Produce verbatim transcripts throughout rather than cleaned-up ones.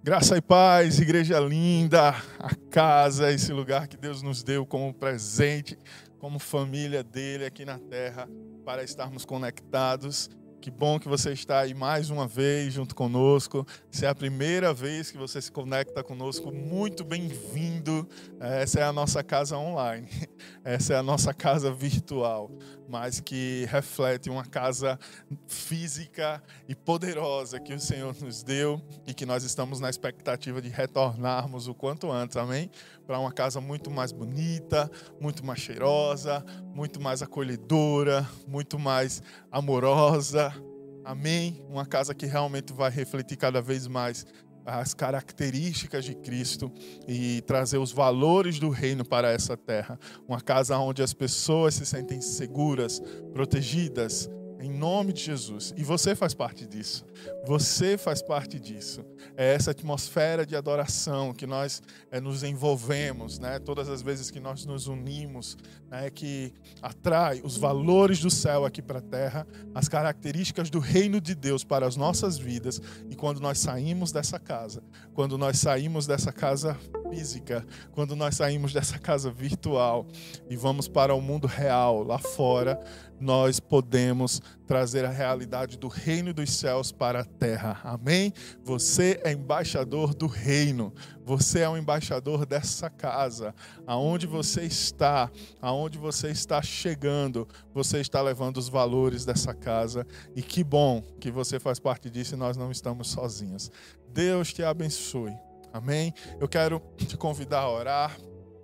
Graça e paz, igreja linda, a casa, esse lugar que Deus nos deu como presente, como família dele aqui na terra, para estarmos conectados. Que bom que você está aí mais uma vez junto conosco. Se é a primeira vez que você se conecta conosco, muito bem-vindo. Essa é a nossa casa online, essa é a nossa casa virtual, mas que reflete uma casa física e poderosa que o Senhor nos deu e que nós estamos na expectativa de retornarmos o quanto antes, amém? Para uma casa muito mais bonita, muito mais cheirosa, muito mais acolhedora, muito mais amorosa, amém? Uma casa que realmente vai refletir cada vez mais as características de Cristo e trazer os valores do reino para essa terra. Uma casa onde as pessoas se sentem seguras, protegidas, em nome de Jesus. E você faz parte disso. Você faz parte disso. É essa atmosfera de adoração que nós é, nos envolvemos, né? Todas as vezes que nós nos unimos, né? Que atrai os valores do céu aqui para a terra, as características do reino de Deus para as nossas vidas. E quando nós saímos dessa casa, quando nós saímos dessa casa física, quando nós saímos dessa casa virtual e vamos para o mundo real, lá fora, nós podemos trazer a realidade do reino dos céus para a terra. Amém? Você é embaixador do reino. Você é um embaixador dessa casa. Aonde você está, aonde você está chegando, você está levando os valores dessa casa. E que bom que você faz parte disso e nós não estamos sozinhos. Deus te abençoe. Amém? Eu quero te convidar a orar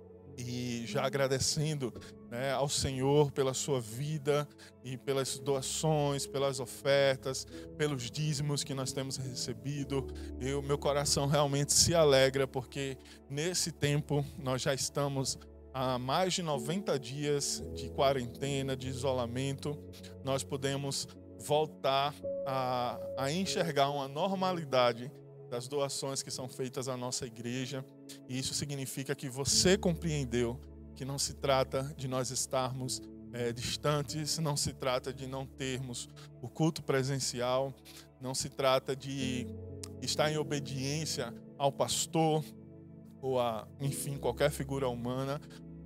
e já agradecendo, né, ao Senhor pela sua vida e pelas doações, pelas ofertas, pelos dízimos que nós temos recebido. Eu, meu coração realmente se alegra porque nesse tempo nós já estamos há mais de noventa dias de quarentena, de isolamento. Nós podemos voltar a, a enxergar uma normalidade das doações que são feitas à nossa igreja, e isso significa que você compreendeu que não se trata de nós estarmos é, distantes, não se trata de não termos o culto presencial, não se trata de estar em obediência ao pastor ou a, enfim, qualquer figura humana,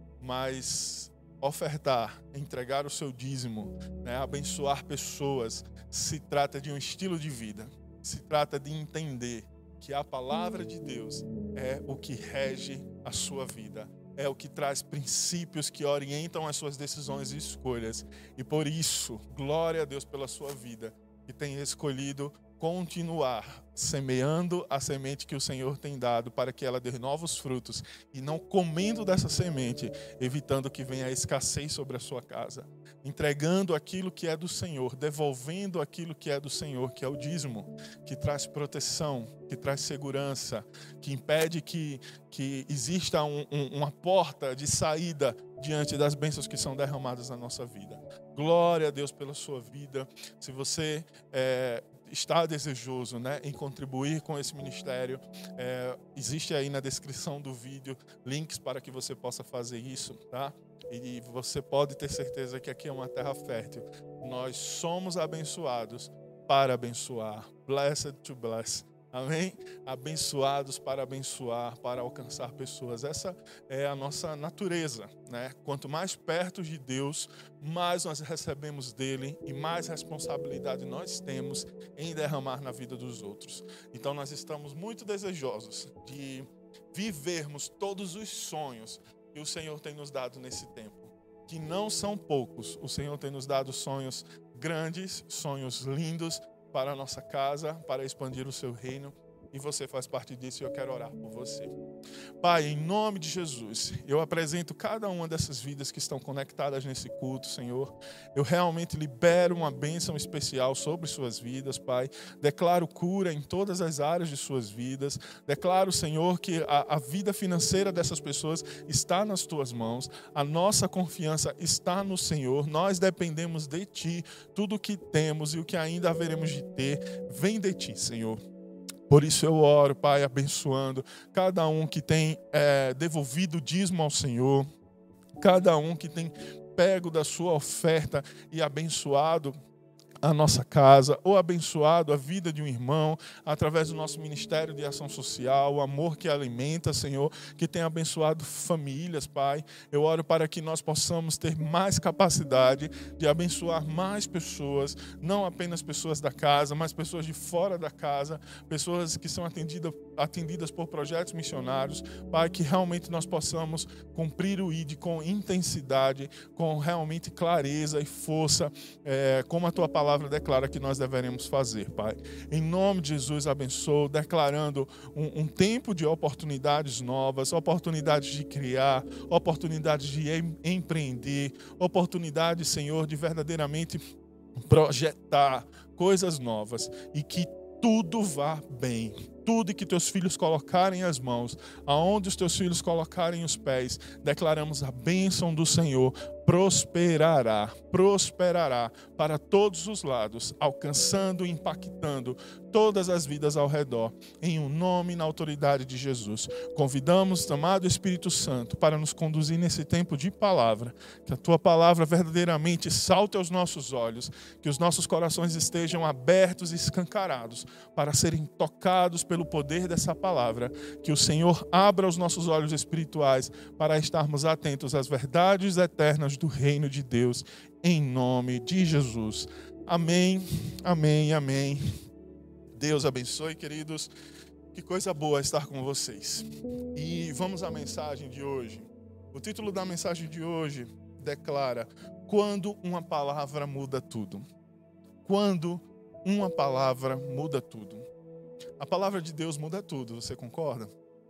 mas ofertar, entregar o seu dízimo, né, abençoar pessoas, se trata de um estilo de vida, se trata de entender que a palavra de Deus é o que rege a sua vida, é o que traz princípios que orientam as suas decisões e escolhas. E por isso, glória a Deus pela sua vida, que tem escolhido continuar semeando a semente que o Senhor tem dado para que ela dê novos frutos e não comendo dessa semente, evitando que venha a escassez sobre a sua casa, entregando aquilo que é do Senhor, devolvendo aquilo que é do Senhor, que é o dízimo, que traz proteção, que traz segurança, que impede que, que exista um, um, uma porta de saída diante das bênçãos que são derramadas na nossa vida. Glória a Deus pela sua vida. Se você é, está desejoso, né, em contribuir com esse ministério, é, existe aí na descrição do vídeo links para que você possa fazer isso, tá? E você pode ter certeza que aqui é uma terra fértil. Nós somos abençoados para abençoar. Blessed to bless. Amém? Abençoados para abençoar, para alcançar pessoas. Essa é a nossa natureza, né? Quanto mais perto de Deus, mais nós recebemos dele e mais responsabilidade nós temos em derramar na vida dos outros. Então nós estamos muito desejosos de vivermos todos os sonhos que o Senhor tem nos dado nesse tempo, que não são poucos. O Senhor tem nos dado sonhos grandes, sonhos lindos, para a nossa casa, para expandir o seu reino, e você faz parte disso e eu quero orar por você. Pai, em nome de Jesus, eu apresento cada uma dessas vidas que estão conectadas nesse culto, Senhor. Eu realmente libero uma bênção especial sobre suas vidas, Pai. Declaro cura em todas as áreas de suas vidas. Declaro, Senhor, que a, a vida financeira dessas pessoas está nas tuas mãos. A nossa confiança está no Senhor. Nós dependemos de Ti. Tudo o que temos e o que ainda haveremos de ter, vem de Ti, Senhor. Por isso eu oro, Pai, abençoando cada um que tem é, devolvido o dízimo ao Senhor, cada um que tem pego da sua oferta e abençoado a nossa casa, ou abençoado a vida de um irmão, através do nosso ministério de ação social, o amor que alimenta, Senhor, que tem abençoado famílias, Pai. Eu oro para que nós possamos ter mais capacidade de abençoar mais pessoas, não apenas pessoas da casa, mas pessoas de fora da casa, pessoas que são atendidas, atendidas por projetos missionários, Pai, que realmente nós possamos cumprir o I D com intensidade, com realmente clareza e força, é, como a Tua palavra declara que nós deveremos fazer, Pai. Em nome de Jesus, abençoo, declarando um, um tempo de oportunidades novas, oportunidades de criar, oportunidades de em, empreender, oportunidades, Senhor, de verdadeiramente projetar coisas novas e que tudo vá bem. Tudo que teus filhos colocarem as mãos, aonde os teus filhos colocarem os pés, declaramos a bênção do Senhor, prosperará, prosperará para todos os lados, alcançando e impactando todas as vidas ao redor, em um nome e na autoridade de Jesus. Convidamos, amado Espírito Santo, para nos conduzir nesse tempo de palavra, que a tua palavra verdadeiramente salte aos nossos olhos, que os nossos corações estejam abertos e escancarados para serem tocados pelo poder dessa palavra, que o Senhor abra os nossos olhos espirituais para estarmos atentos às verdades eternas do reino de Deus, em nome de Jesus. Amém, amém, amém. Deus abençoe, queridos. Que coisa boa estar com vocês. E vamos à mensagem de hoje. O título da mensagem de hoje declara: quando uma palavra muda tudo. Quando uma palavra muda tudo. A palavra de Deus muda tudo, você concorda?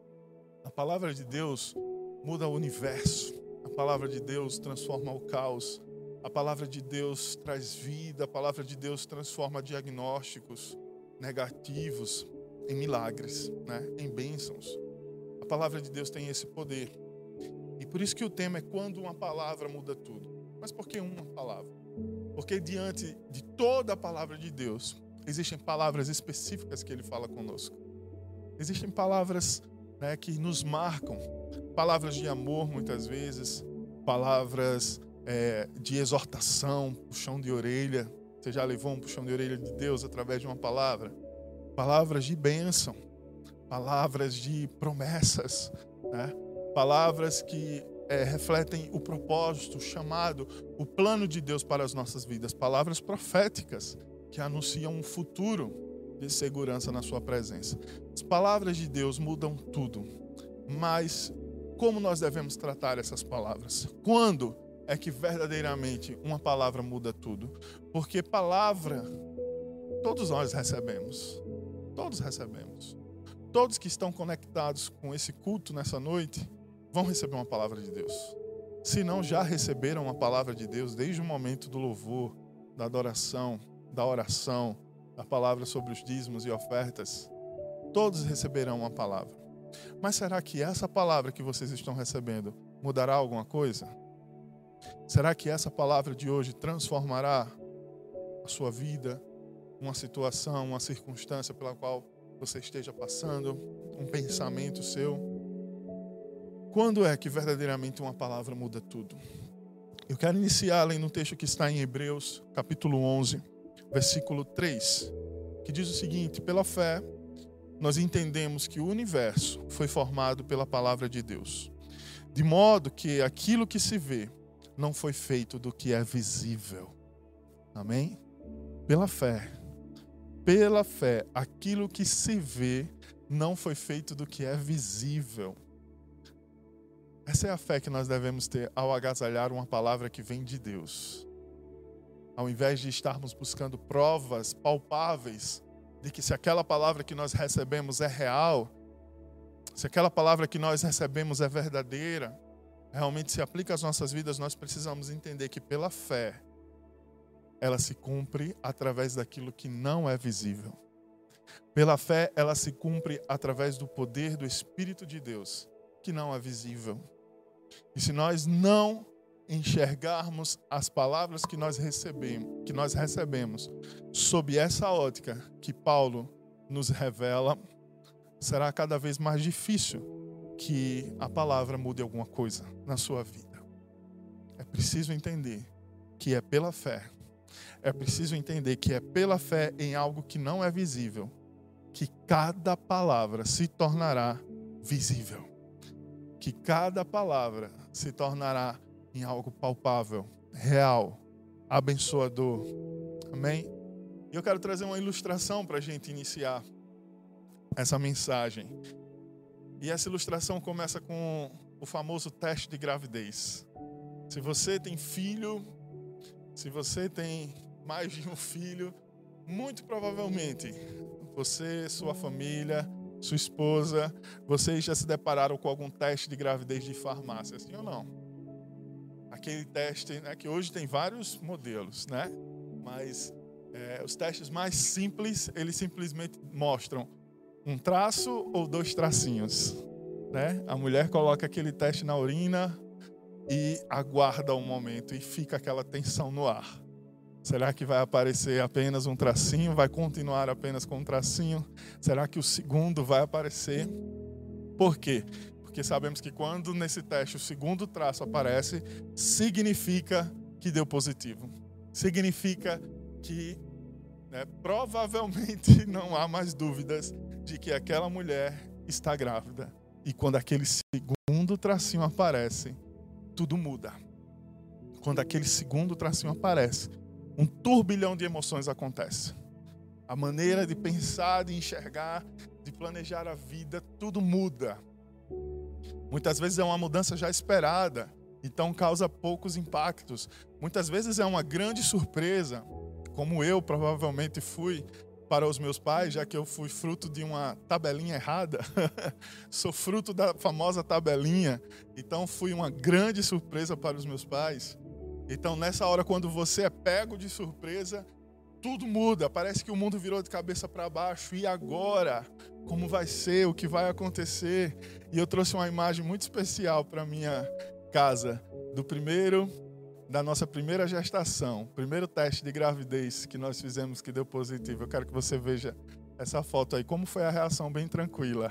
A palavra de Deus muda o universo. A palavra de Deus transforma o caos. A palavra de Deus traz vida. A palavra de Deus transforma diagnósticos negativos em milagres, né? Em bênçãos. A palavra de Deus tem esse poder. E por isso que o tema é quando uma palavra muda tudo. Mas por que uma palavra? Porque diante de toda a palavra de Deus, existem palavras específicas que Ele fala conosco. Existem palavras, né, que nos marcam. Palavras de amor, muitas vezes. Palavras é, de exortação, puxão de orelha. Você já levou um puxão de orelha de Deus através de uma palavra? Palavras de bênção. Palavras de promessas, né? Palavras que é, refletem o propósito, o chamado, o plano de Deus para as nossas vidas. Palavras proféticas que anunciam um futuro de segurança na sua presença. As palavras de Deus mudam tudo. Mas como nós devemos tratar essas palavras? Quando é que verdadeiramente uma palavra muda tudo? Porque palavra, todos nós recebemos. Todos recebemos. Todos que estão conectados com esse culto nessa noite vão receber uma palavra de Deus. Se não, já receberam uma palavra de Deus desde o momento do louvor, da adoração, da oração, da palavra sobre os dízimos e ofertas. Todos receberão uma palavra. Mas será que essa palavra que vocês estão recebendo mudará alguma coisa? Será que essa palavra de hoje transformará a sua vida, uma situação, uma circunstância pela qual você esteja passando, um pensamento seu? Quando é que verdadeiramente uma palavra muda tudo? Eu quero iniciar lendo um texto que está em Hebreus, capítulo onze, versículo três, que diz o seguinte: pela fé, nós entendemos que o universo foi formado pela palavra de Deus, de modo que aquilo que se vê não foi feito do que é visível. Amém? Pela fé. Pela fé, aquilo que se vê não foi feito do que é visível. Essa é a fé que nós devemos ter ao agasalhar uma palavra que vem de Deus. Ao invés de estarmos buscando provas palpáveis de que se aquela palavra que nós recebemos é real, se aquela palavra que nós recebemos é verdadeira, realmente se aplica às nossas vidas, nós precisamos entender que pela fé, ela se cumpre através daquilo que não é visível. Pela fé, ela se cumpre através do poder do Espírito de Deus, que não é visível. E se nós não enxergarmos as palavras que nós recebemos, que nós recebemos sob essa ótica que Paulo nos revela, será cada vez mais difícil que a palavra mude alguma coisa na sua vida. É preciso entender que é pela fé, É preciso entender que é pela fé em algo que não é visível que cada palavra se tornará visível. Que cada palavra se tornará em algo palpável, real, abençoador. Amém? E eu quero trazer uma ilustração para a gente iniciar essa mensagem. E essa ilustração começa com o famoso teste de gravidez. Se você tem filho, se você tem mais de um filho, muito provavelmente você, sua família, sua esposa, vocês já se depararam com algum teste de gravidez de farmácia, sim ou não? Aquele teste, né, que hoje tem vários modelos, né? Mas é, os testes mais simples, eles simplesmente mostram um traço ou dois tracinhos, né? A mulher coloca aquele teste na urina e aguarda um momento e fica aquela tensão no ar. Será que vai aparecer apenas um tracinho? Vai continuar apenas com um tracinho? Será que o segundo vai aparecer? Por quê? Porque sabemos que quando nesse teste o segundo traço aparece, significa que deu positivo. Significa que, né, provavelmente não há mais dúvidas de que aquela mulher está grávida. E quando aquele segundo tracinho aparece, tudo muda. Quando aquele segundo tracinho aparece, um turbilhão de emoções acontece. A maneira de pensar, de enxergar, de planejar a vida, tudo muda. Muitas vezes é uma mudança já esperada, então causa poucos impactos. Muitas vezes é uma grande surpresa, como eu provavelmente fui para os meus pais, já que eu fui fruto de uma tabelinha errada. Sou fruto da famosa tabelinha, então fui uma grande surpresa para os meus pais. Então, nessa hora, quando você é pego de surpresa, tudo muda. Parece que o mundo virou de cabeça para baixo. E agora? Como vai ser? O que vai acontecer? E eu trouxe uma imagem muito especial para minha casa. Do primeiro, da nossa primeira gestação. Primeiro teste de gravidez que nós fizemos que deu positivo. Eu quero que você veja essa foto aí. Como foi a reação? Bem tranquila.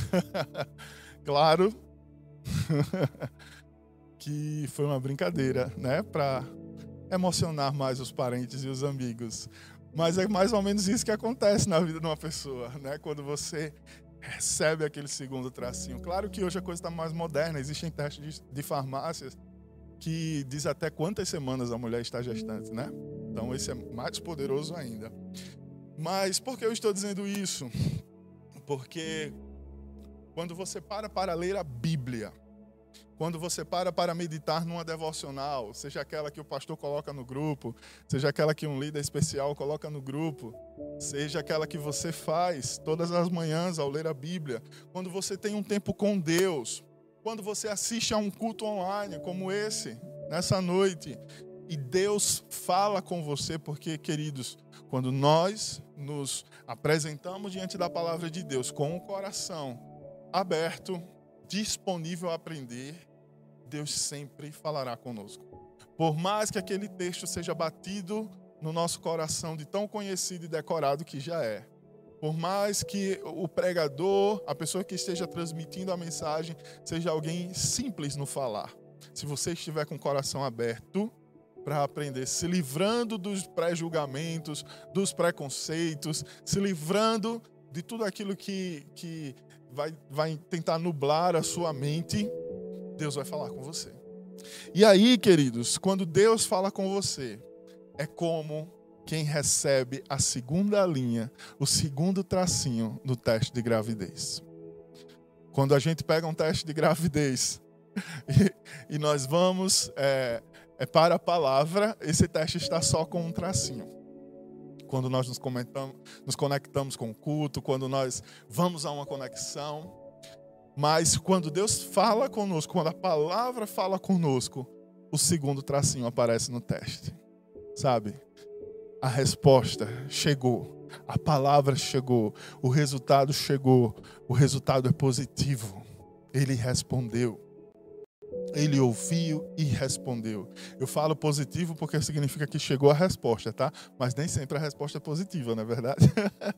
Claro. Que foi uma brincadeira, né, para emocionar mais os parentes e os amigos. Mas é mais ou menos isso que acontece na vida de uma pessoa, né, quando você recebe aquele segundo tracinho. Claro que hoje a coisa está mais moderna, existem testes de, de farmácias que diz até quantas semanas a mulher está gestante, né? Então esse é mais poderoso ainda. Mas por que eu estou dizendo isso? Porque quando você para para ler a Bíblia, quando você para para meditar numa devocional, seja aquela que o pastor coloca no grupo, seja aquela que um líder especial coloca no grupo, seja aquela que você faz todas as manhãs ao ler a Bíblia, quando você tem um tempo com Deus, quando você assiste a um culto online como esse, nessa noite, e Deus fala com você, porque, queridos, quando nós nos apresentamos diante da palavra de Deus com o coração aberto, disponível a aprender, Deus sempre falará conosco. Por mais que aquele texto seja batido no nosso coração de tão conhecido e decorado que já é, por mais que o pregador, a pessoa que esteja transmitindo a mensagem, seja alguém simples no falar, se você estiver com o coração aberto para aprender, se livrando dos pré-julgamentos, dos preconceitos, se livrando de tudo aquilo que, que vai, vai tentar nublar a sua mente, Deus vai falar com você. E aí, queridos, quando Deus fala com você, é como quem recebe a segunda linha, o segundo tracinho do teste de gravidez. Quando a gente pega um teste de gravidez e, e nós vamos é, é para a palavra, esse teste está só com um tracinho. Quando nós nos, comentamos, nos conectamos com o culto, quando nós vamos a uma conexão. Mas quando Deus fala conosco, quando a palavra fala conosco, o segundo tracinho aparece no teste. Sabe? A resposta chegou, a palavra chegou, o resultado chegou, o resultado é positivo. Ele respondeu. Ele ouviu e respondeu. Eu falo positivo porque significa que chegou a resposta, tá? Mas nem sempre a resposta é positiva, não é verdade?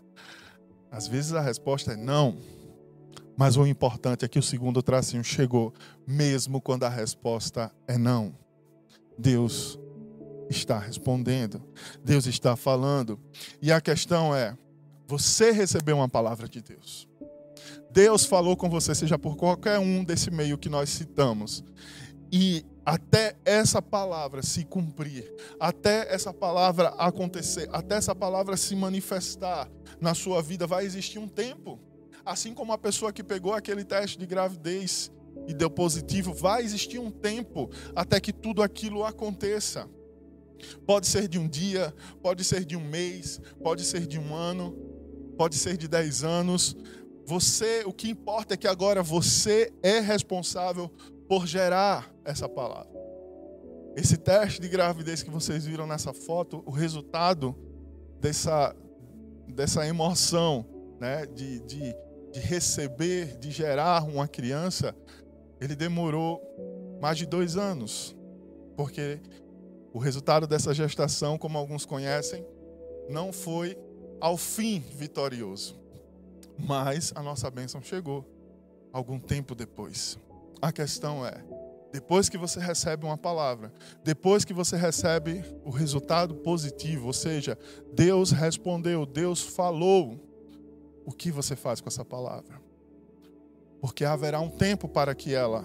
Às vezes a resposta é não. Mas o importante é que o segundo tracinho chegou, mesmo quando a resposta é não. Deus está respondendo. Deus está falando. E a questão é, você recebeu uma palavra de Deus. Deus falou com você, seja por qualquer um desse meio que nós citamos. E até essa palavra se cumprir, até essa palavra acontecer, até essa palavra se manifestar na sua vida, vai existir um tempo. Assim como a pessoa que pegou aquele teste de gravidez e deu positivo, vai existir um tempo até que tudo aquilo aconteça. Pode ser de um dia, pode ser de um mês, pode ser de um ano, pode ser de dez anos. Você, o que importa é que agora você é responsável por gerar essa palavra. Esse teste de gravidez que vocês viram nessa foto, o resultado dessa, dessa emoção, né, de, de, de receber, de gerar uma criança, ele demorou mais de dois anos. Porque o resultado dessa gestação, como alguns conhecem, não foi ao fim vitorioso. Mas a nossa bênção chegou algum tempo depois. A questão é, depois que você recebe uma palavra, depois que você recebe o resultado positivo, ou seja, Deus respondeu, Deus falou, o que você faz com essa palavra? Porque haverá um tempo para que ela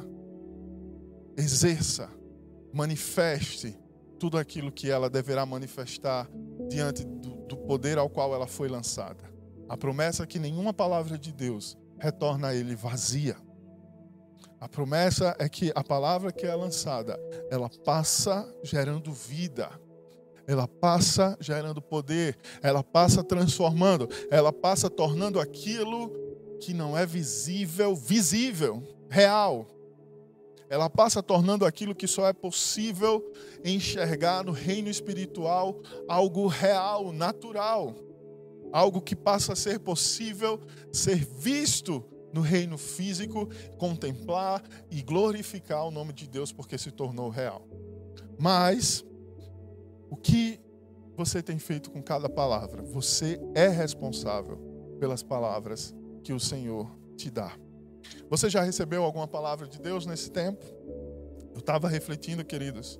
exerça, manifeste tudo aquilo que ela deverá manifestar diante do, do poder ao qual ela foi lançada. A promessa é que nenhuma palavra de Deus retorna a ele vazia. A promessa é que a palavra que é lançada, ela passa gerando vida, ela passa gerando poder, ela passa transformando, ela passa tornando aquilo que não é visível, visível, real. Ela passa tornando aquilo que só é possível enxergar no reino espiritual algo real, natural. Algo que passa a ser possível ser visto no reino físico, contemplar e glorificar o nome de Deus porque se tornou real. Mas, o que você tem feito com cada palavra? Você é responsável pelas palavras que o Senhor te dá. Você já recebeu alguma palavra de Deus nesse tempo? Eu estava refletindo, queridos.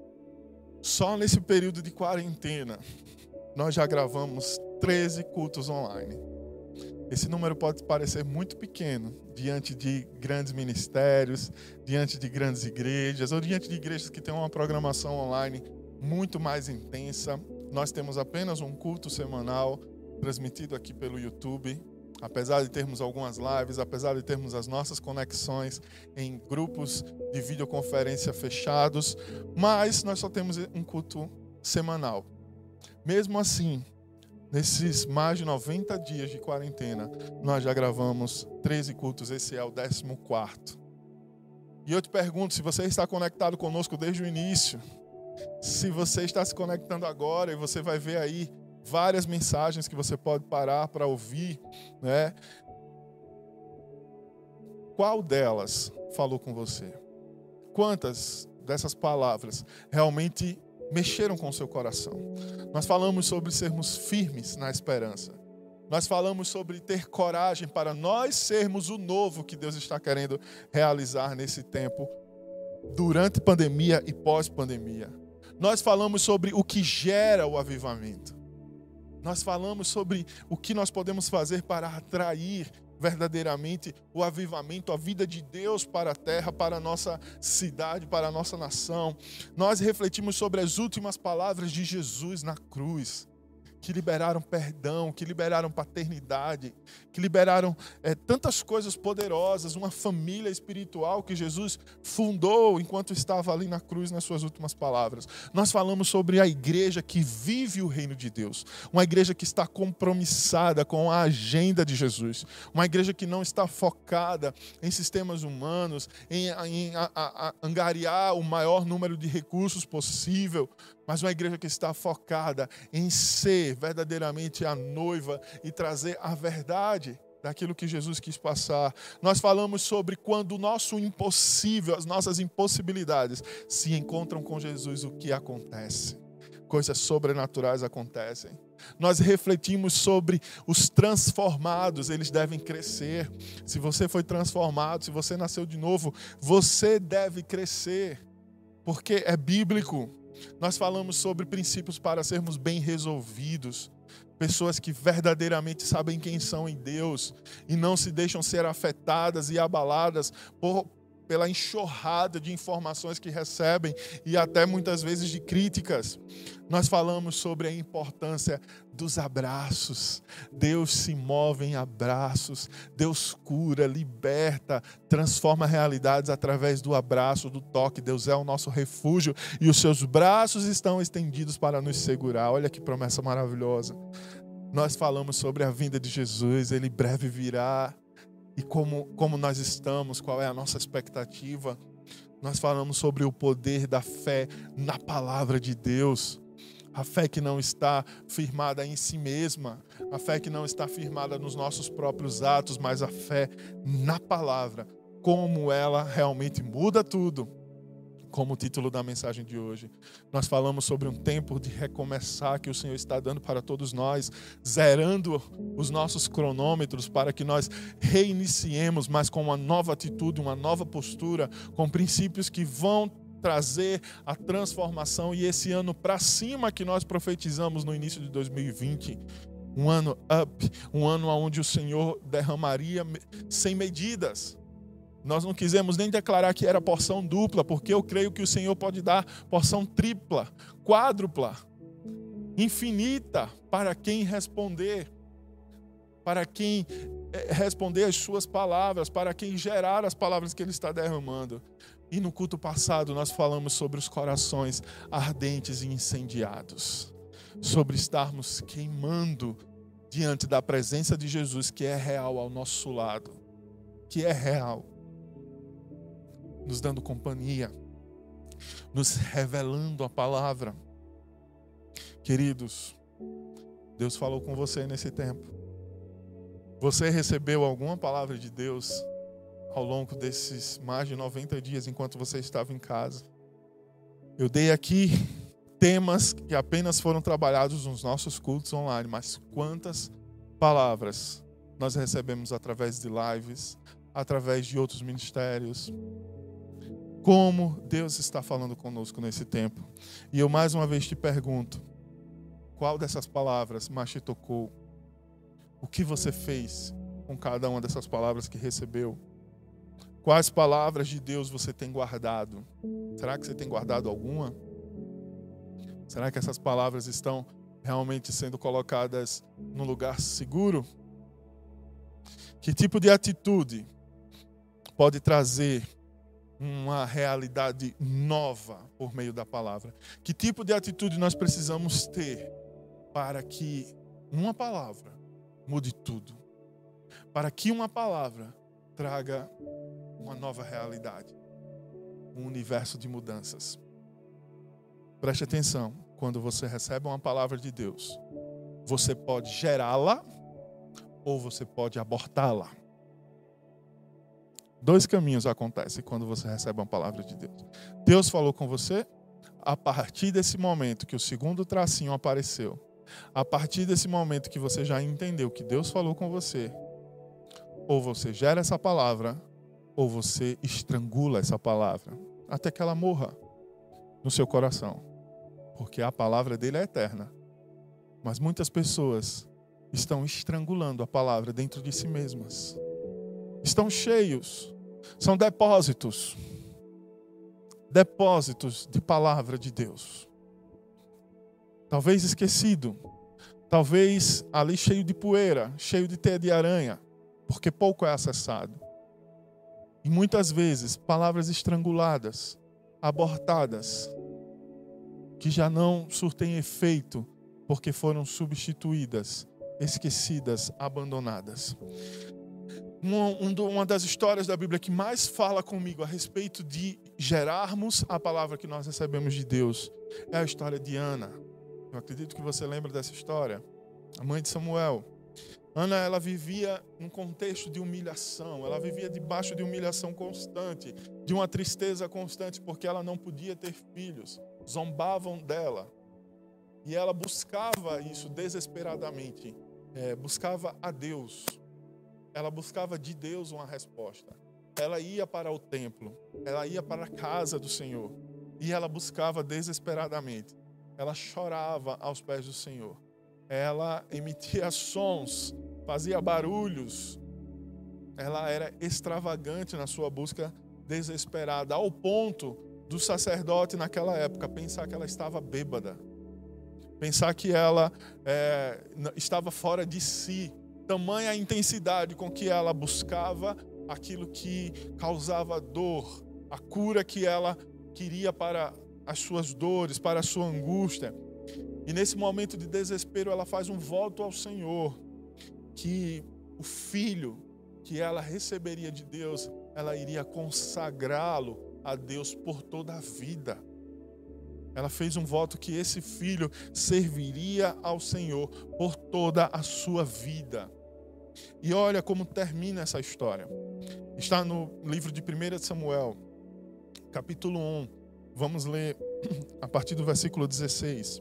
Só nesse período de quarentena, nós já gravamos treze cultos online. Esse número pode parecer muito pequeno diante de grandes ministérios, diante de grandes igrejas, ou diante de igrejas que têm uma programação online muito mais intensa. Nós temos apenas um culto semanal transmitido aqui pelo YouTube. Apesar de termos algumas lives, apesar de termos as nossas conexões em grupos de videoconferência fechados, mas nós só temos um culto semanal. Mesmo assim, nesses mais de noventa dias de quarentena, nós já gravamos treze cultos, esse é o décimo quarto. E eu te pergunto, se você está conectado conosco desde o início, se você está se conectando agora e você vai ver aí várias mensagens que você pode parar para ouvir, né? Qual delas falou com você? Quantas dessas palavras realmente mexeram com o seu coração? Nós falamos sobre sermos firmes na esperança. Nós falamos sobre ter coragem para nós sermos o novo que Deus está querendo realizar nesse tempo, durante pandemia e pós-pandemia. Nós falamos sobre o que gera o avivamento. Nós falamos sobre o que nós podemos fazer para atrair verdadeiramente o avivamento, a vida de Deus para a terra, para a nossa cidade, para a nossa nação. Nós refletimos sobre as últimas palavras de Jesus na cruz, que liberaram perdão, que liberaram paternidade, que liberaram é, tantas coisas poderosas, uma família espiritual que Jesus fundou enquanto estava ali na cruz nas suas últimas palavras. Nós falamos sobre a igreja que vive o reino de Deus, uma igreja que está compromissada com a agenda de Jesus, uma igreja que não está focada em sistemas humanos, em, em a, a, a angariar o maior número de recursos possível, mas uma igreja que está focada em ser verdadeiramente a noiva e trazer a verdade daquilo que Jesus quis passar. Nós falamos sobre quando o nosso impossível, as nossas impossibilidades se encontram com Jesus, o que acontece. Coisas sobrenaturais acontecem. Nós refletimos sobre os transformados, eles devem crescer. Se você foi transformado, se você nasceu de novo, você deve crescer, porque é bíblico. Nós falamos sobre princípios para sermos bem resolvidos. Pessoas que verdadeiramente sabem quem são em Deus e não se deixam ser afetadas e abaladas por, pela enxurrada de informações que recebem e até muitas vezes de críticas. Nós falamos sobre a importância dos abraços. Deus se move em abraços. Deus cura, liberta, transforma realidades através do abraço, do toque. Deus é o nosso refúgio e os seus braços estão estendidos para nos segurar. Olha que promessa maravilhosa. Nós falamos sobre a vinda de Jesus, Ele breve virá. E como, como nós estamos, qual é a nossa expectativa. Nós falamos sobre o poder da fé na palavra de Deus. A fé que não está firmada em si mesma. A fé que não está firmada nos nossos próprios atos, mas a fé na palavra. Como ela realmente muda tudo. Como o título da mensagem de hoje. Nós falamos sobre um tempo de recomeçar que o Senhor está dando para todos nós, zerando os nossos cronômetros para que nós reiniciemos, mas com uma nova atitude, uma nova postura, com princípios que vão trazer a transformação e esse ano para cima que nós profetizamos no início de dois mil e vinte. Um ano up, um ano onde o Senhor derramaria sem medidas. Nós não quisemos nem declarar que era porção dupla, porque eu creio que o Senhor pode dar porção tripla, quádrupla, infinita para quem responder, para quem responder as suas palavras, para quem gerar as palavras que Ele está derramando. E no culto passado nós falamos sobre os corações ardentes e incendiados, sobre estarmos queimando diante da presença de Jesus, que é real ao nosso lado, que é real. Nos dando companhia, nos revelando a palavra. Queridos, Deus falou com você nesse tempo. Você recebeu alguma palavra de Deus ao longo desses mais de noventa dias enquanto você estava em casa? Eu dei aqui temas que apenas foram trabalhados nos nossos cultos online, mas quantas palavras nós recebemos através de lives, através de outros ministérios. Como Deus está falando conosco nesse tempo. E eu mais uma vez te pergunto, qual dessas palavras mais te tocou? O que você fez com cada uma dessas palavras que recebeu? Quais palavras de Deus você tem guardado? Será que você tem guardado alguma? Será que essas palavras estão realmente sendo colocadas num lugar seguro? Que tipo de atitude pode trazer uma realidade nova por meio da palavra? Que tipo de atitude nós precisamos ter para que uma palavra mude tudo? Para que uma palavra traga uma nova realidade, um universo de mudanças. Preste atenção, quando você recebe uma palavra de Deus, você pode gerá-la ou você pode abortá-la. Dois caminhos acontecem quando você recebe uma palavra de Deus. Deus falou com você, a partir desse momento que o segundo tracinho apareceu, a partir desse momento que você já entendeu que Deus falou com você, ou você gera essa palavra, ou você estrangula essa palavra, até que ela morra no seu coração. Porque a palavra dele é eterna. Mas muitas pessoas estão estrangulando a palavra dentro de si mesmas. Estão cheios, são depósitos, depósitos de palavra de Deus. Talvez esquecido, talvez ali cheio de poeira, cheio de teia de aranha, porque pouco é acessado. E muitas vezes palavras estranguladas, abortadas, que já não surtem efeito, porque foram substituídas, esquecidas, abandonadas. Uma das histórias da Bíblia que mais fala comigo a respeito de gerarmos a palavra que nós recebemos de Deus é a história de Ana. Eu acredito que você lembra dessa história. A mãe de Samuel. Ana, ela vivia num contexto de humilhação. Ela vivia debaixo de humilhação constante, de uma tristeza constante, porque ela não podia ter filhos. Zombavam dela. E ela buscava isso desesperadamente. É, buscava a Deus. Ela buscava de Deus uma resposta. Ela ia para o templo. Ela ia para a casa do Senhor. E ela buscava desesperadamente. Ela chorava aos pés do Senhor. Ela emitia sons, fazia barulhos. Ela era extravagante na sua busca desesperada, ao ponto do sacerdote naquela época pensar que ela estava bêbada. Pensar que ela é, estava fora de si. Tamanha a intensidade com que ela buscava aquilo que causava dor, a cura que ela queria para as suas dores, para a sua angústia. E nesse momento de desespero ela faz um voto ao Senhor, que o filho que ela receberia de Deus, ela iria consagrá-lo a Deus por toda a vida. Ela fez um voto que esse filho serviria ao Senhor por toda a sua vida. E olha como termina essa história. Está no livro de primeira Samuel, capítulo um. Vamos ler a partir do versículo dezesseis.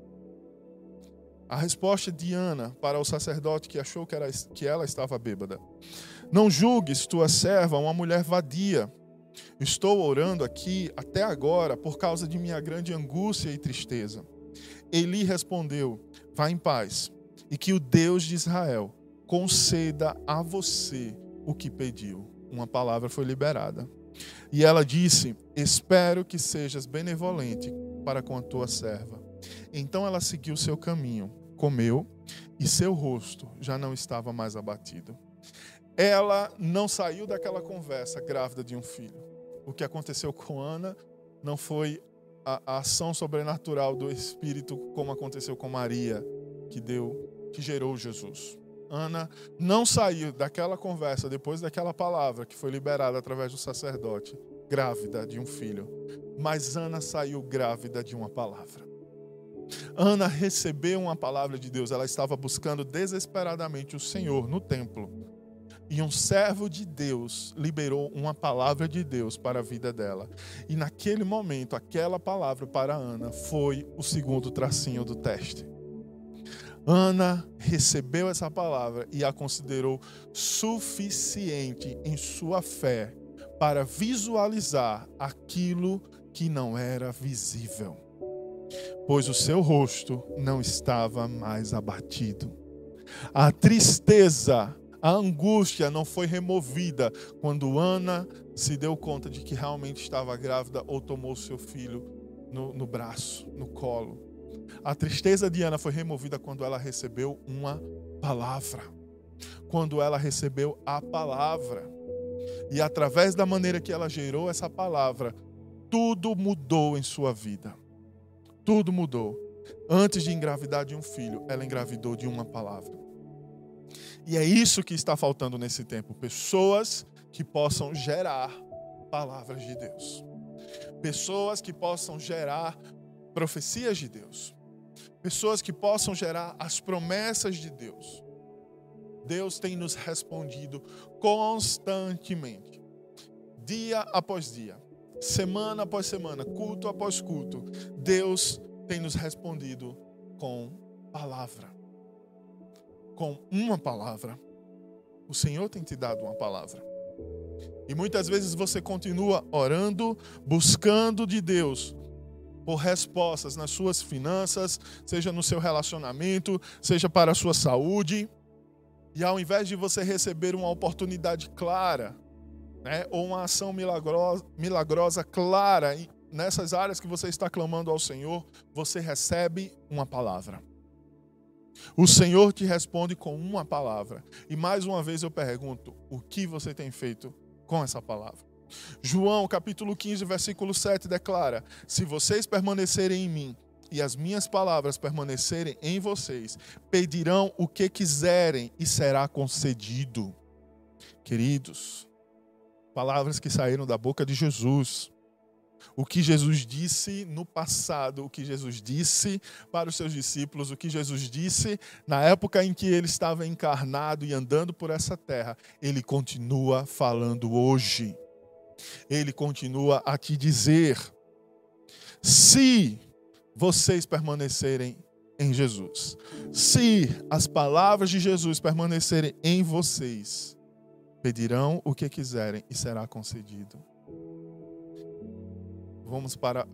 A resposta de Ana para o sacerdote que achou que, era, que ela estava bêbada. Não julgues tua serva uma mulher vadia. Estou orando aqui até agora por causa de minha grande angústia e tristeza. Eli respondeu, vá em paz, e que o Deus de Israel conceda a você o que pediu. Uma palavra foi liberada. E ela disse, espero que sejas benevolente para com a tua serva. Então ela seguiu seu caminho, comeu, e seu rosto já não estava mais abatido. Ela não saiu daquela conversa grávida de um filho. O que aconteceu com Ana não foi a, a ação sobrenatural do Espírito como aconteceu com Maria, que deu, que gerou Jesus. Ana não saiu daquela conversa, depois daquela palavra que foi liberada através do sacerdote, grávida de um filho. Mas Ana saiu grávida de uma palavra. Ana recebeu uma palavra de Deus. Ela estava buscando desesperadamente o Senhor no templo. E um servo de Deus liberou uma palavra de Deus para a vida dela. E naquele momento, aquela palavra para Ana foi o segundo tracinho do teste. Ana recebeu essa palavra e a considerou suficiente em sua fé para visualizar aquilo que não era visível, pois o seu rosto não estava mais abatido. A tristeza, a angústia não foi removida quando Ana se deu conta de que realmente estava grávida ou tomou seu filho no, no braço, no colo. A tristeza de Ana foi removida quando ela recebeu uma palavra. Quando ela recebeu a palavra. E através da maneira que ela gerou essa palavra, tudo mudou em sua vida. Tudo mudou. Antes de engravidar de um filho, ela engravidou de uma palavra. E é isso que está faltando nesse tempo. Pessoas que possam gerar palavras de Deus. Pessoas que possam gerar profecias de Deus. Pessoas que possam gerar as promessas de Deus. Deus tem nos respondido constantemente, dia após dia, semana após semana, culto após culto. Deus tem nos respondido com palavra, com uma palavra. O Senhor tem te dado uma palavra. E muitas vezes você continua orando, buscando de Deus por respostas nas suas finanças, seja no seu relacionamento, seja para a sua saúde. E ao invés de você receber uma oportunidade clara, né, ou uma ação milagrosa, milagrosa clara nessas áreas que você está clamando ao Senhor, você recebe uma palavra. O Senhor te responde com uma palavra. E mais uma vez eu pergunto, o que você tem feito com essa palavra? João capítulo quinze, versículo sete declara, se vocês permanecerem em mim e as minhas palavras permanecerem em vocês, pedirão o que quiserem e será concedido. Queridos, palavras que saíram da boca de Jesus. O que Jesus disse no passado, o que Jesus disse para os seus discípulos, o que Jesus disse na época em que ele estava encarnado e andando por essa terra, ele continua falando hoje. Ele continua a te dizer, se vocês permanecerem em Jesus, se as palavras de Jesus permanecerem em vocês, pedirão o que quiserem e será concedido. Vamos para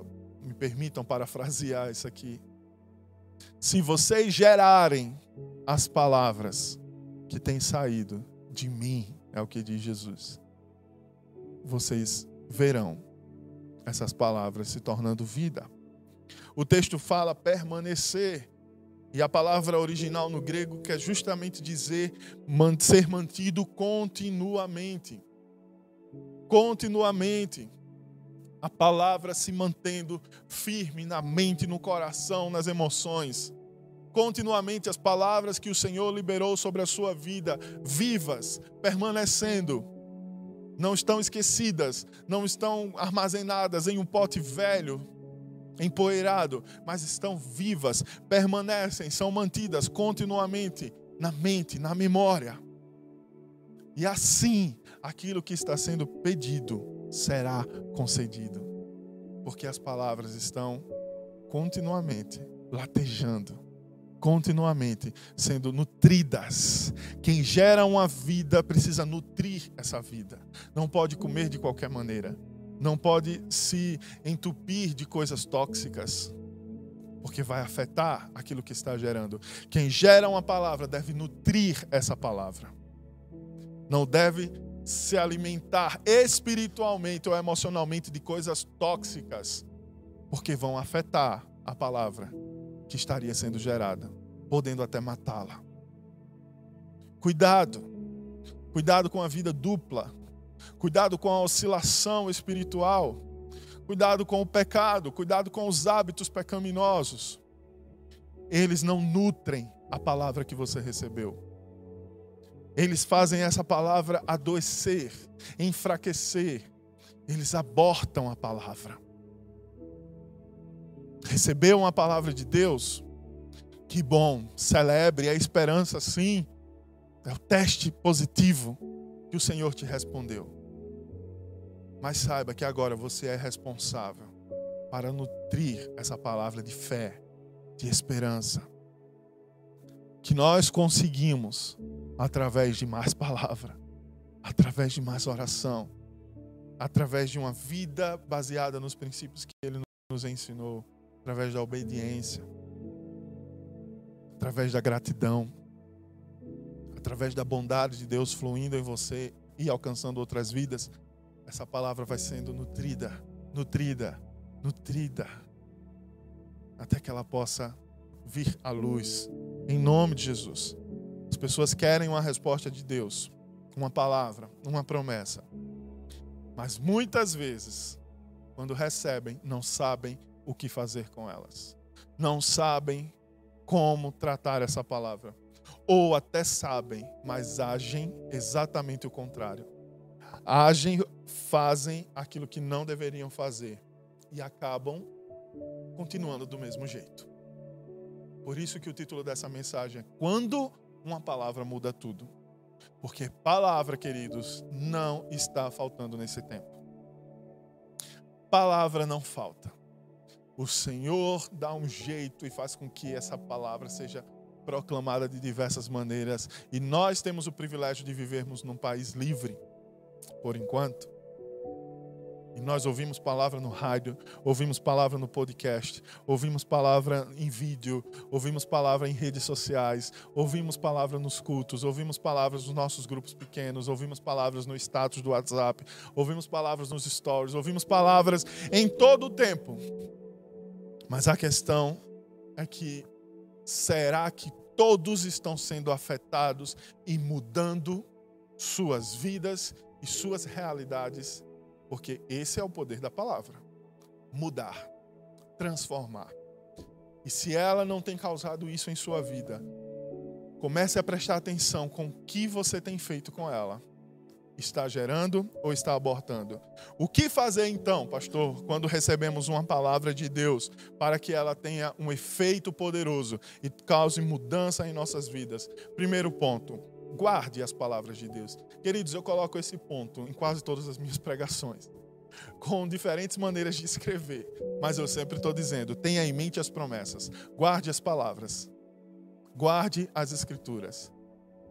me permitam parafrasear isso aqui. Se vocês gerarem as palavras que têm saído de mim, é o que diz Jesus, vocês verão essas palavras se tornando vida. O texto fala permanecer, e a palavra original no grego quer justamente dizer ser mantido continuamente. Continuamente. A palavra se mantendo firme na mente, no coração, nas emoções. Continuamente as palavras que o Senhor liberou sobre a sua vida, vivas, permanecendo. Não estão esquecidas, não estão armazenadas em um pote velho, empoeirado, mas estão vivas, permanecem, são mantidas continuamente na mente, na memória. E assim, aquilo que está sendo pedido será concedido, porque as palavras estão continuamente latejando, continuamente sendo nutridas. Quem gera uma vida precisa nutrir essa vida. Não pode comer de qualquer maneira. Não pode se entupir de coisas tóxicas, porque vai afetar aquilo que está gerando. Quem gera uma palavra deve nutrir essa palavra. Não deve se alimentar espiritualmente ou emocionalmente de coisas tóxicas, porque vão afetar a palavra que estaria sendo gerada, podendo até matá-la. Cuidado, cuidado com a vida dupla, cuidado com a oscilação espiritual, cuidado com o pecado, cuidado com os hábitos pecaminosos. Eles não nutrem a palavra que você recebeu. Eles fazem essa palavra adoecer, enfraquecer. Eles abortam a palavra. Recebeu uma palavra de Deus? Que bom, celebre a esperança, sim. É o teste positivo que o Senhor te respondeu. Mas saiba que agora você é responsável para nutrir essa palavra de fé, de esperança, que nós conseguimos através de mais palavra, através de mais oração, através de uma vida baseada nos princípios que Ele nos ensinou, através da obediência, através da gratidão, através da bondade de Deus fluindo em você e alcançando outras vidas. Essa palavra vai sendo nutrida, nutrida, nutrida, até que ela possa vir à luz, em nome de Jesus. As pessoas querem uma resposta de Deus, uma palavra, uma promessa. Mas muitas vezes, quando recebem, não sabem o que fazer com elas. Não sabem como tratar essa palavra. Ou até sabem, mas agem exatamente o contrário. Agem, fazem aquilo que não deveriam fazer e acabam continuando do mesmo jeito. Por isso que o título dessa mensagem é Quando uma palavra muda tudo. Porque palavra, queridos, não está faltando nesse tempo. Palavra não falta. O Senhor dá um jeito e faz com que essa palavra seja proclamada de diversas maneiras. E nós temos o privilégio de vivermos num país livre, por enquanto. E nós ouvimos palavra no rádio, ouvimos palavra no podcast, ouvimos palavra em vídeo, ouvimos palavra em redes sociais, ouvimos palavra nos cultos, ouvimos palavras nos nossos grupos pequenos, ouvimos palavras no status do WhatsApp, ouvimos palavras nos stories, ouvimos palavras em todo o tempo. Mas a questão é que, será que todos estão sendo afetados e mudando suas vidas e suas realidades? Porque esse é o poder da palavra. Mudar, transformar. E se ela não tem causado isso em sua vida, comece a prestar atenção com o que você tem feito com ela. Está gerando ou está abortando? O que fazer então, pastor, quando recebemos uma palavra de Deus para que ela tenha um efeito poderoso e cause mudança em nossas vidas? Primeiro ponto, guarde as palavras de Deus. Queridos, eu coloco esse ponto em quase todas as minhas pregações, com diferentes maneiras de escrever, mas eu sempre estou dizendo, tenha em mente as promessas, guarde as palavras, guarde as escrituras.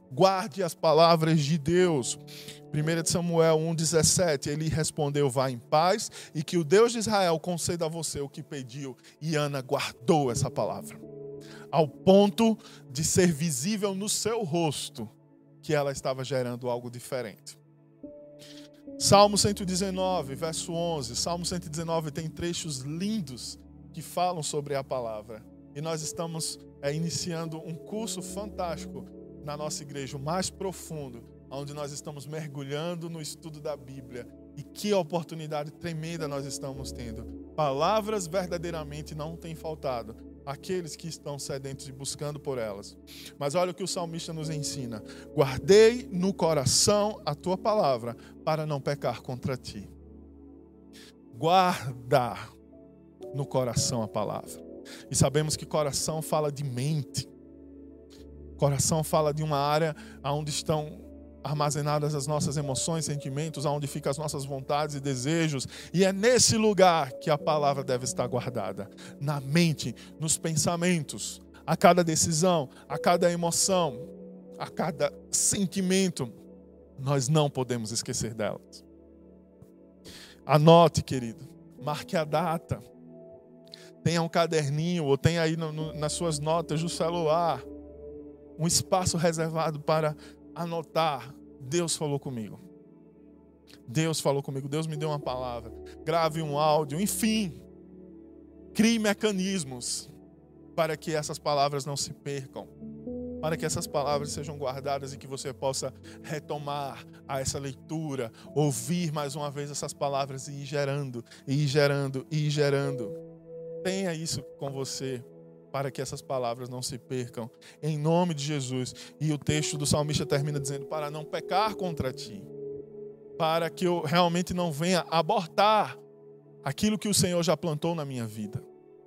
Guarde as palavras de Deus. primeira Samuel um, dezessete, ele respondeu, vá em paz, e que o Deus de Israel conceda a você o que pediu. E Ana guardou essa palavra, ao ponto de ser visível no seu rosto que ela estava gerando algo diferente. Salmo cento e dezenove, verso onze. Salmo cento e dezenove tem trechos lindos que falam sobre a palavra. E nós estamos é, iniciando um curso fantástico na nossa igreja, o mais profundo, onde nós estamos mergulhando no estudo da Bíblia. E que oportunidade tremenda nós estamos tendo. Palavras verdadeiramente não têm faltado àqueles que estão sedentos e buscando por elas. Mas olha o que o salmista nos ensina. Guardei no coração a tua palavra para não pecar contra ti. Guarda no coração a palavra. E sabemos que coração fala de mente. Coração fala de uma área onde estão armazenadas as nossas emoções, sentimentos, onde ficam as nossas vontades e desejos. E é nesse lugar que a palavra deve estar guardada. Na mente, nos pensamentos, a cada decisão, a cada emoção, a cada sentimento. Nós não podemos esquecer delas. Anote, querido. Marque a data. Tenha um caderninho ou tenha aí no, no, nas suas notas do celular um espaço reservado para anotar. Deus falou comigo. Deus falou comigo. Deus me deu uma palavra. Grave um áudio. Enfim, crie mecanismos para que essas palavras não se percam. Para que essas palavras sejam guardadas e que você possa retomar a essa leitura, ouvir mais uma vez essas palavras e ir gerando, e ir gerando, e ir gerando. Tenha isso com você, para que essas palavras não se percam, em nome de Jesus. E o texto do salmista termina dizendo, para não pecar contra ti, para que eu realmente não venha abortar aquilo que o Senhor já plantou na minha vida.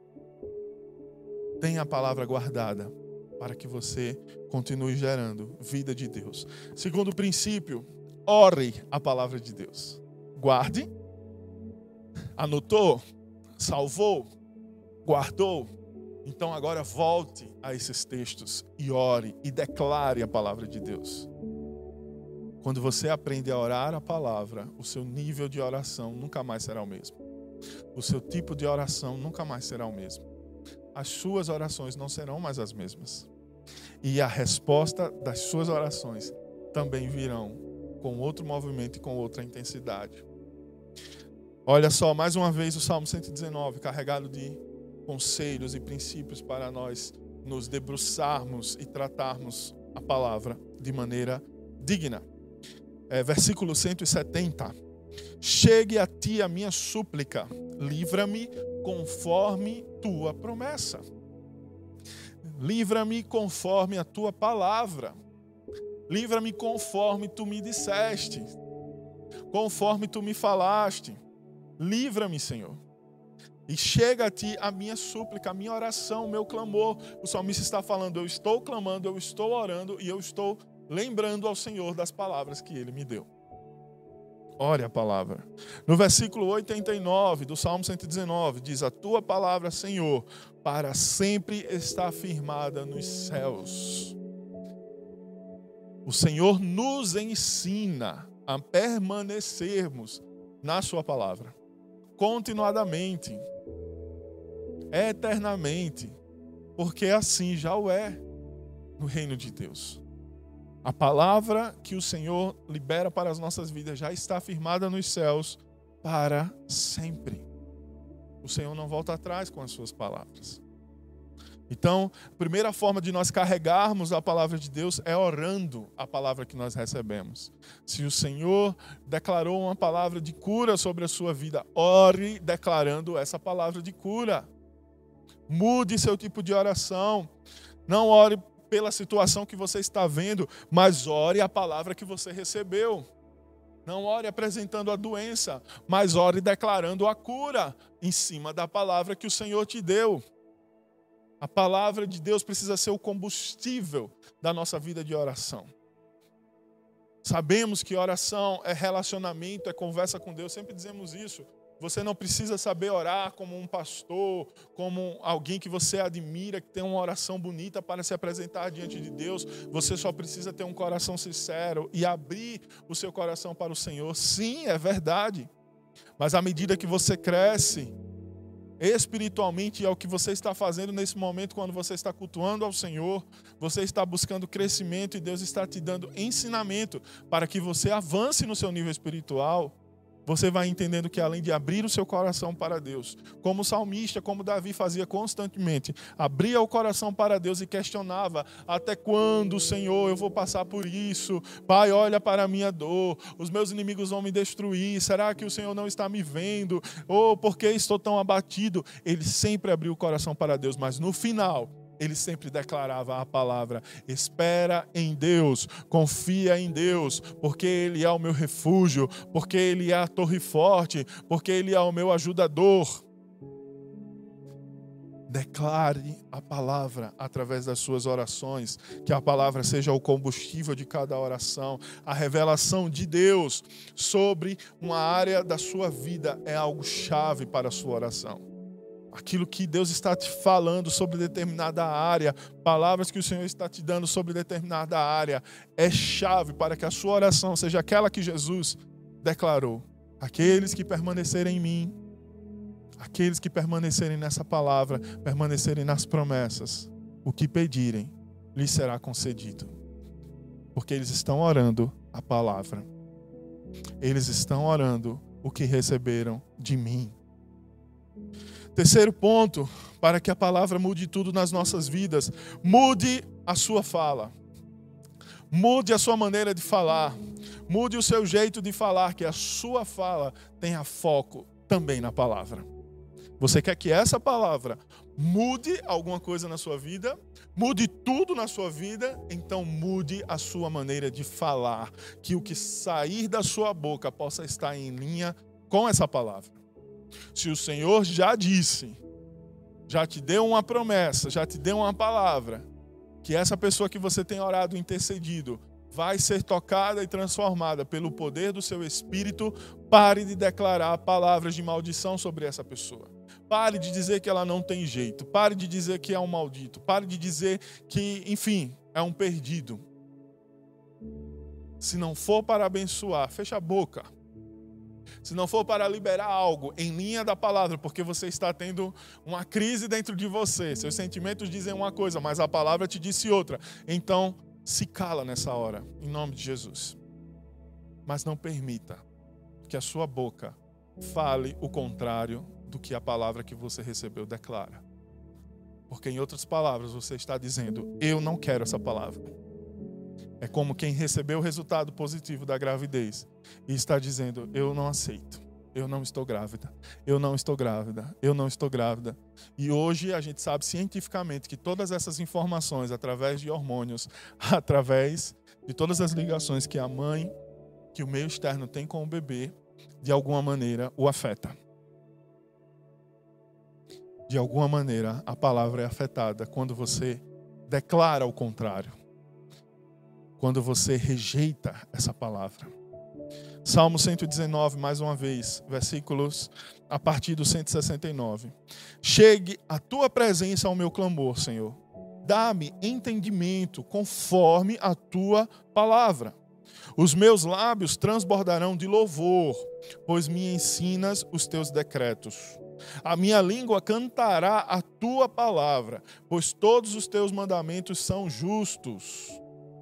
Tenha a palavra guardada, para que você continue gerando vida de Deus. Segundo princípio, ore a palavra de Deus. Guarde, anotou, salvou, guardou. Então agora volte a esses textos e ore e declare a palavra de Deus. Quando você aprende a orar a palavra, o seu nível de oração nunca mais será o mesmo. O seu tipo de oração nunca mais será o mesmo. As suas orações não serão mais as mesmas. E a resposta das suas orações também virão com outro movimento e com outra intensidade. Olha só, mais uma vez o Salmo cento e dezenove, carregado de conselhos e princípios para nós nos debruçarmos e tratarmos a palavra de maneira digna. É, versículo cento e setenta. Chegue a ti a minha súplica, livra-me conforme tua promessa. Livra-me conforme a tua palavra. Livra-me conforme tu me disseste. Conforme tu me falaste. Livra-me, Senhor. E chega a ti a minha súplica, a minha oração, o meu clamor. O salmista está falando, eu estou clamando, eu estou orando e eu estou lembrando ao Senhor das palavras que Ele me deu. Ore a palavra. No versículo oitenta e nove do Salmo cento e dezenove, diz, a tua palavra, Senhor, para sempre está firmada nos céus. O Senhor nos ensina a permanecermos na sua palavra, continuadamente, eternamente, porque assim já o é no reino de Deus. A palavra que o Senhor libera para as nossas vidas já está firmada nos céus para sempre. O Senhor não volta atrás com as suas palavras. Então, a primeira forma de nós carregarmos a palavra de Deus é orando a palavra que nós recebemos. Se o Senhor declarou uma palavra de cura sobre a sua vida, ore declarando essa palavra de cura. Mude seu tipo de oração. Não ore pela situação que você está vendo, mas ore a palavra que você recebeu. Não ore apresentando a doença, mas ore declarando a cura em cima da palavra que o Senhor te deu. A palavra de Deus precisa ser o combustível da nossa vida de oração. Sabemos que oração é relacionamento, é conversa com Deus, sempre dizemos isso. Você não precisa saber orar como um pastor, como alguém que você admira, que tem uma oração bonita para se apresentar diante de Deus. Você só precisa ter um coração sincero e abrir o seu coração para o Senhor. Sim, é verdade. Mas à medida que você cresce espiritualmente, é o que você está fazendo nesse momento, quando você está cultuando ao Senhor, você está buscando crescimento e Deus está te dando ensinamento para que você avance no seu nível espiritual. Você vai entendendo que além de abrir o seu coração para Deus, como o salmista, como Davi fazia constantemente, abria o coração para Deus e questionava: até quando, Senhor, eu vou passar por isso? Pai, olha para a minha dor, os meus inimigos vão me destruir, será que o Senhor não está me vendo? Ou por que estou tão abatido? Ele sempre abriu o coração para Deus, mas no final ele sempre declarava a palavra: espera em Deus, confia em Deus, porque Ele é o meu refúgio, porque Ele é a torre forte, porque Ele é o meu ajudador. Declare a palavra através das suas orações, que a palavra seja o combustível de cada oração. A revelação de Deus sobre uma área da sua vida é algo chave para a sua oração. Aquilo que Deus está te falando sobre determinada área, palavras que o Senhor está te dando sobre determinada área, é chave para que a sua oração seja aquela que Jesus declarou: aqueles que permanecerem em mim, aqueles que permanecerem nessa palavra, permanecerem nas promessas, o que pedirem lhes será concedido. Porque eles estão orando a palavra. Eles estão orando o que receberam de mim. Terceiro ponto, para que a palavra mude tudo nas nossas vidas: mude a sua fala. Mude a sua maneira de falar. Mude o seu jeito de falar, que a sua fala tenha foco também na palavra. Você quer que essa palavra mude alguma coisa na sua vida? Mude tudo na sua vida? Então mude a sua maneira de falar. Que o que sair da sua boca possa estar em linha com essa palavra. Se o Senhor já disse, já te deu uma promessa, já te deu uma palavra, que essa pessoa que você tem orado e intercedido vai ser tocada e transformada pelo poder do seu Espírito, pare de declarar palavras de maldição sobre essa pessoa. Pare de dizer que ela não tem jeito. Pare de dizer que é um maldito. Pare de dizer que, enfim, é um perdido. Se não for para abençoar, fecha a boca. Se não for para liberar algo em linha da palavra, porque você está tendo uma crise dentro de você, seus sentimentos dizem uma coisa, mas a palavra te disse outra, então se cala nessa hora, em nome de Jesus. Mas não permita que a sua boca fale o contrário do que a palavra que você recebeu declara. Porque, em outras palavras, você está dizendo: eu não quero essa palavra. É como quem recebeu o resultado positivo da gravidez e está dizendo: eu não aceito, eu não estou grávida, eu não estou grávida, eu não estou grávida. E hoje a gente sabe cientificamente que todas essas informações, através de hormônios, através de todas as ligações que a mãe, que o meio externo tem com o bebê, de alguma maneira o afeta. De alguma maneira a palavra é afetada quando você declara o contrário. Quando você rejeita essa palavra. Salmo cento e dezenove, mais uma vez, versículos a partir do cento e sessenta e nove. Chegue a tua presença ao meu clamor, Senhor. Dá-me entendimento conforme a tua palavra. Os meus lábios transbordarão de louvor, pois me ensinas os teus decretos. A minha língua cantará a tua palavra, pois todos os teus mandamentos são justos.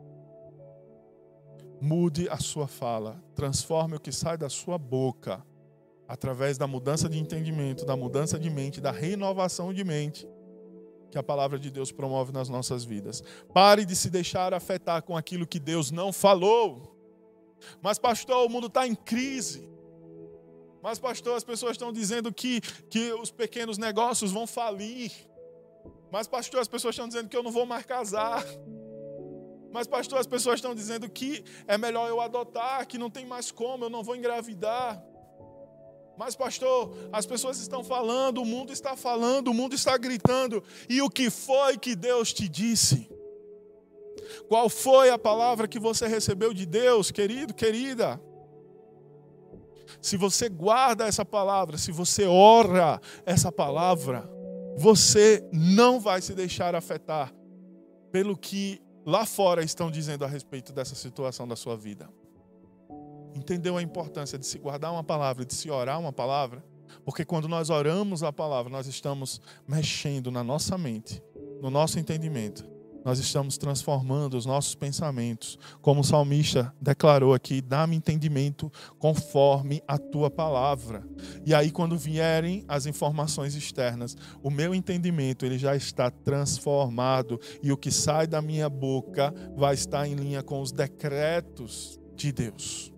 Mude a sua fala, transforme o que sai da sua boca, através da mudança de entendimento, da mudança de mente, da renovação de mente, que a palavra de Deus promove nas nossas vidas. Pare de se deixar afetar com aquilo que Deus não falou. Mas, pastor, o mundo está em crise. Mas, pastor, as pessoas estão dizendo que, que os pequenos negócios vão falir. Mas, pastor, as pessoas estão dizendo que eu não vou mais casar. Mas, pastor, as pessoas estão dizendo que é melhor eu adotar, que não tem mais como, eu não vou engravidar. Mas, pastor, as pessoas estão falando, o mundo está falando, o mundo está gritando. E o que foi que Deus te disse? Qual foi a palavra que você recebeu de Deus, querido, querida? se você guarda essa palavra, se você ora essa palavra, você não vai se deixar afetar pelo que lá fora estão dizendo a respeito dessa situação da sua vida. Entendeu a importância de se guardar uma palavra, de se orar uma palavra? Porque quando nós oramos a palavra, nós estamos mexendo na nossa mente, no nosso entendimento. Nós estamos transformando os nossos pensamentos. Como o salmista declarou aqui, dá-me entendimento conforme a tua palavra. E aí quando vierem as informações externas, o meu entendimento ele já está transformado. E o que sai da minha boca vai estar em linha com os decretos de Deus.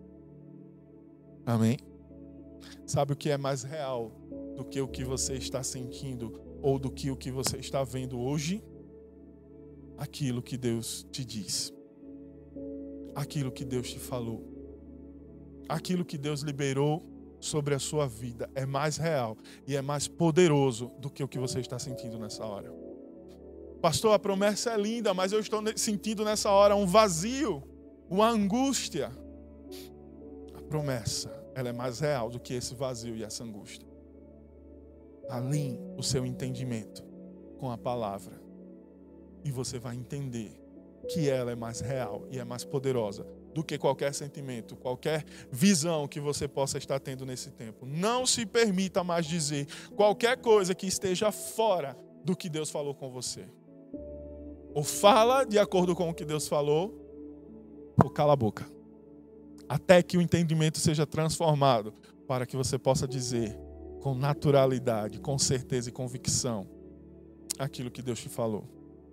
Amém? Sabe o que é mais real do que o que você está sentindo ou do que o que você está vendo hoje? Aquilo que Deus te diz, aquilo que Deus te falou, aquilo que Deus liberou sobre a sua vida é mais real e é mais poderoso do que o que você está sentindo nessa hora. Pastor, a promessa é linda, mas eu estou sentindo nessa hora um vazio, uma angústia. A promessa, ela é mais real do que esse vazio e essa angústia. Alinhe o seu entendimento com a palavra. E você vai entender que ela é mais real e é mais poderosa do que qualquer sentimento, qualquer visão que você possa estar tendo nesse tempo. Não se permita mais dizer qualquer coisa que esteja fora do que Deus falou com você. Ou fala de acordo com o que Deus falou, ou cala a boca. Até que o entendimento seja transformado para que você possa dizer com naturalidade, com certeza e convicção aquilo que Deus te falou.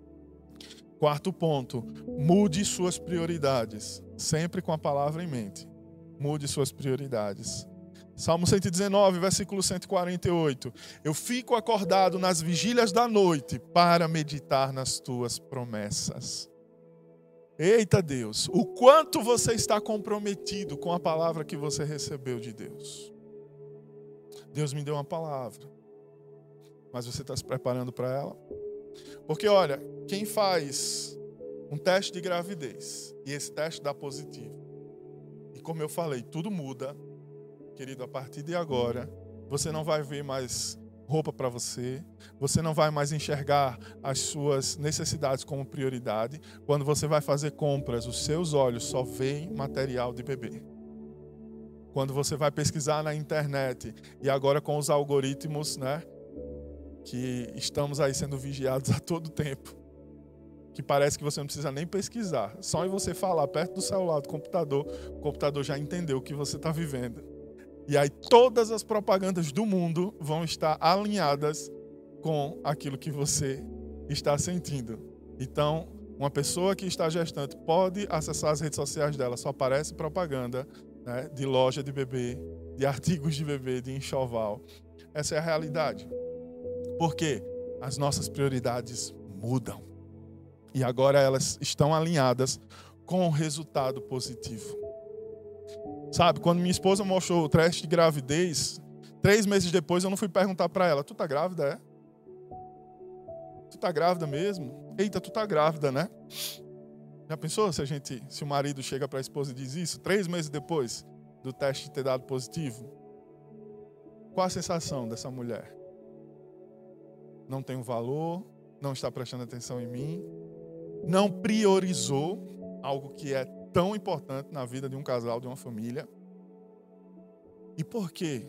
Quarto ponto, mude suas prioridades, sempre com a palavra em mente. Mude suas prioridades. Salmo cento e dezenove, versículo cento e quarenta e oito. Eu fico acordado nas vigílias da noite para meditar nas tuas promessas. Eita Deus, o quanto você está comprometido com a palavra que você recebeu de Deus. Deus me deu uma palavra, mas você está se preparando para ela? Porque olha, quem faz um teste de gravidez e esse teste dá positivo, e como eu falei, tudo muda, querido, a partir de agora, você não vai ver mais roupa para você, você não vai mais enxergar as suas necessidades como prioridade. Quando você vai fazer compras, os seus olhos só veem material de bebê. Quando você vai pesquisar na internet, e agora com os algoritmos, né, que estamos aí sendo vigiados a todo tempo, que parece que você não precisa nem pesquisar, só em você falar perto do celular, do computador, o computador já entendeu o que você está vivendo. E aí todas as propagandas do mundo vão estar alinhadas com aquilo que você está sentindo. Então, uma pessoa que está gestante pode acessar as redes sociais dela, só aparece propaganda, né, de loja de bebê, de artigos de bebê, de enxoval. Essa é a realidade. Porque as nossas prioridades mudam. E agora elas estão alinhadas com o resultado positivo. Sabe, quando minha esposa mostrou o teste de gravidez, três meses depois eu não fui perguntar para ela, tu tá grávida, é? Tu tá grávida mesmo? Eita, tu tá grávida, né? Já pensou se a gente, se o marido chega para a esposa e diz isso, três meses depois do teste ter dado positivo? Qual a sensação dessa mulher? Não tem um valor, não está prestando atenção em mim, não priorizou algo que é tão importante na vida de um casal, de uma família. E por quê?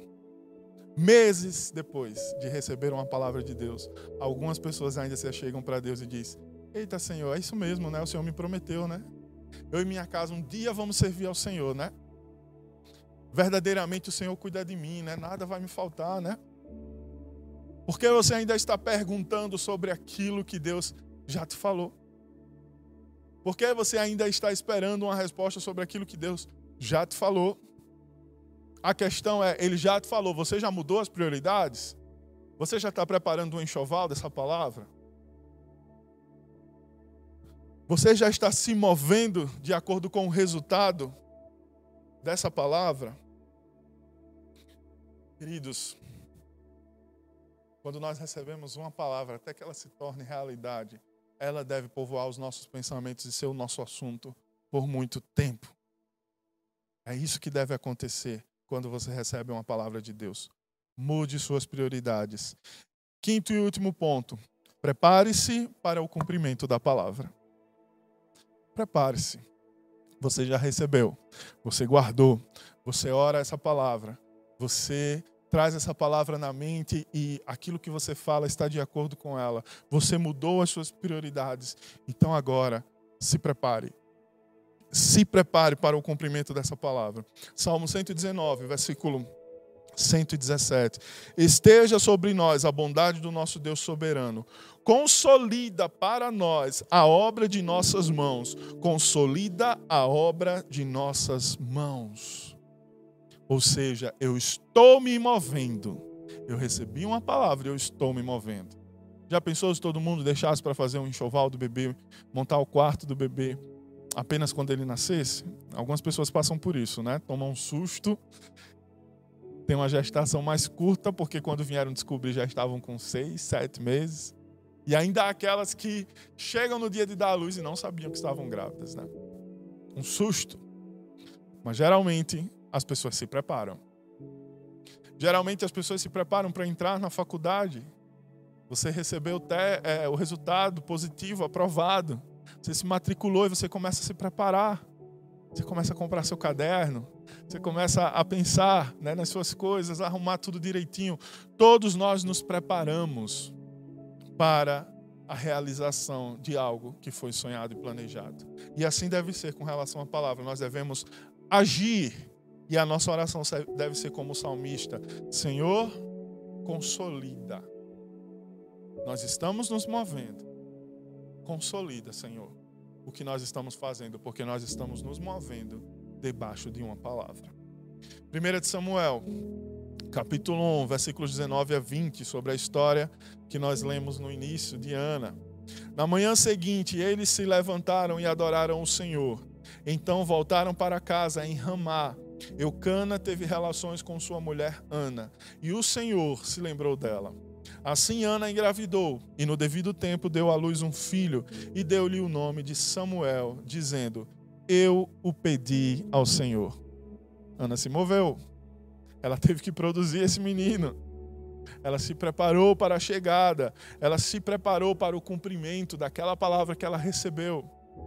Meses depois de receber uma palavra de Deus, algumas pessoas ainda se chegam para Deus e dizem, eita Senhor, é isso mesmo, né? O Senhor me prometeu, né? Eu e minha casa um dia vamos servir ao Senhor, né? Verdadeiramente o Senhor cuida de mim, né? Nada vai me faltar, né? Porque você ainda está perguntando sobre aquilo que Deus já te falou? Por que você ainda está esperando uma resposta sobre aquilo que Deus já te falou? A questão é, Ele já te falou, você já mudou as prioridades? Você já está preparando um enxoval dessa palavra? Você já está se movendo de acordo com o resultado dessa palavra? Queridos, quando nós recebemos uma palavra, até que ela se torne realidade, ela deve povoar os nossos pensamentos e ser o nosso assunto por muito tempo. É isso que deve acontecer quando você recebe uma palavra de Deus. Mude suas prioridades. Quinto e último ponto. Prepare-se para o cumprimento da palavra. Prepare-se. Você já recebeu. Você guardou. Você ora essa palavra. Você traz essa palavra na mente e aquilo que você fala está de acordo com ela. Você mudou as suas prioridades. Então agora, se prepare. Se prepare para o cumprimento dessa palavra. Salmo cento e dezenove, versículo cento e dezessete. Esteja sobre nós a bondade do nosso Deus soberano. Consolida para nós a obra de nossas mãos. Consolida a obra de nossas mãos. Ou seja, eu estou me movendo. Eu recebi uma palavra e eu estou me movendo. Já pensou se todo mundo deixasse para fazer um enxoval do bebê, montar o quarto do bebê apenas quando ele nascesse? Algumas pessoas passam por isso, né? Tomam um susto, tem uma gestação mais curta, porque quando vieram descobrir já estavam com seis, sete meses. E ainda há aquelas que chegam no dia de dar à luz e não sabiam que estavam grávidas, né? Um susto. Mas geralmente as pessoas se preparam. Geralmente as pessoas se preparam para entrar na faculdade. Você recebeu até, é, o resultado positivo, aprovado. Você se matriculou e você começa a se preparar. Você começa a comprar seu caderno. Você começa a pensar, né, nas suas coisas, a arrumar tudo direitinho. Todos nós nos preparamos para a realização de algo que foi sonhado e planejado. E assim deve ser com relação à palavra. Nós devemos agir. E a nossa oração deve ser como o salmista: Senhor, consolida. Nós estamos nos movendo. Consolida, Senhor, o que nós estamos fazendo, porque nós estamos nos movendo debaixo de uma palavra. primeira de Samuel, capítulo um, versículos dezenove a vinte, sobre a história que nós lemos no início de Ana. Na manhã seguinte, eles se levantaram e adoraram o Senhor. Então voltaram para casa em Ramá. Eucana teve relações com sua mulher Ana, e o Senhor se lembrou dela. Assim Ana engravidou, e no devido tempo deu à luz um filho, e deu-lhe o nome de Samuel, dizendo: eu o pedi ao Senhor. Ana se moveu. Ela teve que produzir esse menino. Ela se preparou para a chegada. Ela se preparou para o cumprimento daquela palavra que ela recebeu.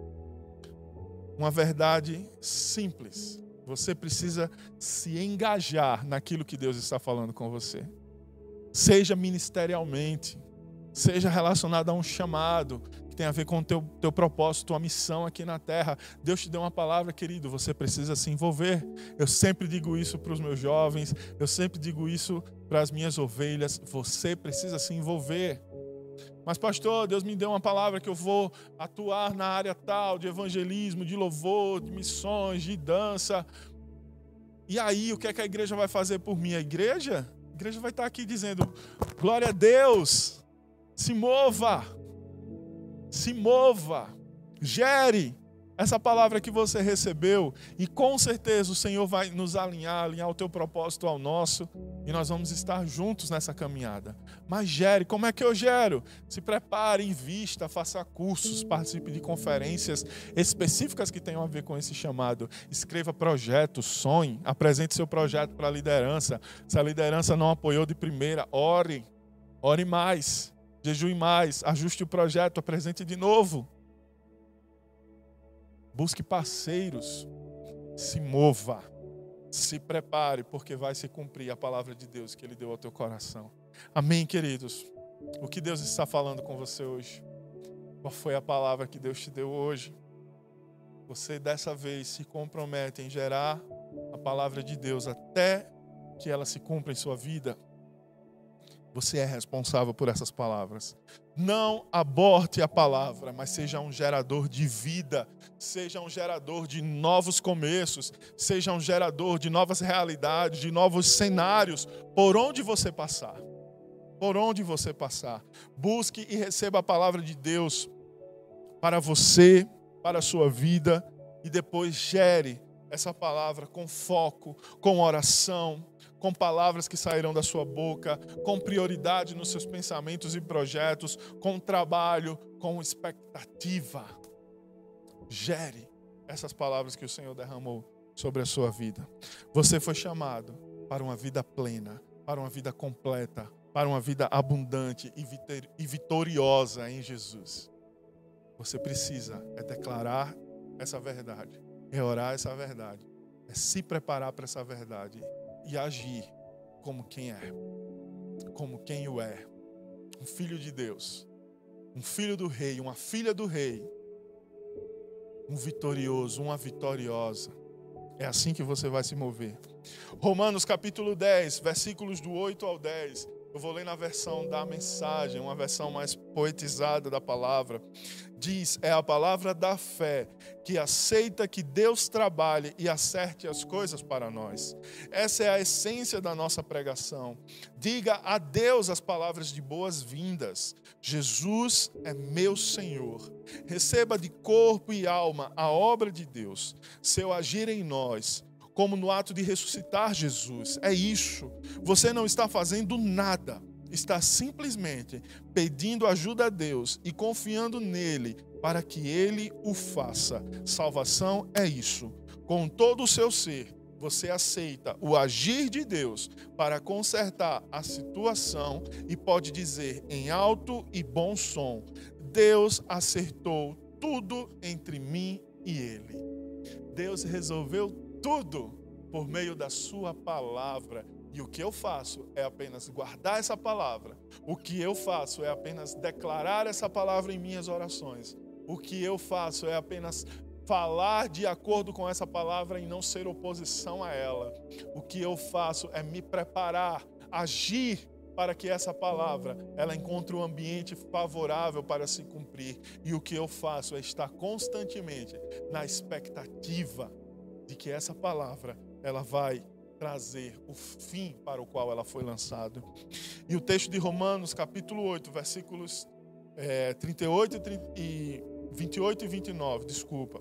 Uma verdade simples. Você precisa se engajar naquilo que Deus está falando com você. Seja ministerialmente, seja relacionado a um chamado que tem a ver com o teu, teu propósito, tua missão aqui na terra. Deus te deu uma palavra, querido, você precisa se envolver. Eu sempre digo isso para os meus jovens, eu sempre digo isso para as minhas ovelhas. Você precisa se envolver. Mas pastor, Deus me deu uma palavra que eu vou atuar na área tal, de evangelismo, de louvor, de missões, de dança. E aí, o que é que a igreja vai fazer por mim? A igreja? A igreja vai estar aqui dizendo: glória a Deus, se mova, se mova, gere essa palavra que você recebeu, e com certeza o Senhor vai nos alinhar, alinhar o teu propósito ao nosso, e nós vamos estar juntos nessa caminhada. Mas gere, como é que eu gero? Se prepare, invista, faça cursos, participe de conferências específicas que tenham a ver com esse chamado. Escreva projetos, sonhe, apresente seu projeto para a liderança. Se a liderança não apoiou de primeira, ore, ore mais, jejue mais, ajuste o projeto, apresente de novo. Busque parceiros, se mova, se prepare, porque vai se cumprir a palavra de Deus que Ele deu ao teu coração. Amém, queridos? O que Deus está falando com você hoje? Qual foi a palavra que Deus te deu hoje? Você dessa vez se compromete em gerar a palavra de Deus até que ela se cumpra em sua vida? Você é responsável por essas palavras. Não aborte a palavra, mas seja um gerador de vida, seja um gerador de novos começos, seja um gerador de novas realidades, de novos cenários, por onde você passar. Por onde você passar. Busque e receba a palavra de Deus para você, para a sua vida, e depois gere essa palavra com foco, com oração, com palavras que sairão da sua boca, com prioridade nos seus pensamentos e projetos, com trabalho, com expectativa. Gere essas palavras que o Senhor derramou sobre a sua vida. Você foi chamado para uma vida plena, para uma vida completa, para uma vida abundante e vitoriosa em Jesus. Você precisa é declarar essa verdade, é orar essa verdade, é se preparar para essa verdade e agir como quem é, como quem o é. Um filho de Deus, um filho do rei, uma filha do rei, um vitorioso, uma vitoriosa. É assim que você vai se mover. Romanos capítulo dez, versículos do oito ao dez. Eu vou ler na versão da Mensagem, uma versão mais poetizada da palavra. Diz, é a palavra da fé que aceita que Deus trabalhe e acerte as coisas para nós. Essa é a essência da nossa pregação. Diga a Deus as palavras de boas-vindas. Jesus é meu Senhor. Receba de corpo e alma a obra de Deus, seu agir em nós, como no ato de ressuscitar Jesus. É isso. Você não está fazendo nada. Está simplesmente pedindo ajuda a Deus e confiando nele para que ele o faça. Salvação é isso. Com todo o seu ser, você aceita o agir de Deus para consertar a situação e pode dizer em alto e bom som: Deus acertou tudo entre mim e ele. Deus resolveu tudo por meio da sua palavra. E o que eu faço é apenas guardar essa palavra. O que eu faço é apenas declarar essa palavra em minhas orações. O que eu faço é apenas falar de acordo com essa palavra e não ser oposição a ela. O que eu faço é me preparar, agir para que essa palavra ela encontre um ambiente favorável para se cumprir. E o que eu faço é estar constantemente na expectativa de que essa palavra ela vai trazer o fim para o qual ela foi lançada. E o texto de Romanos, capítulo oito, versículos é, trinta e oito e vinte e oito e vinte e nove, desculpa.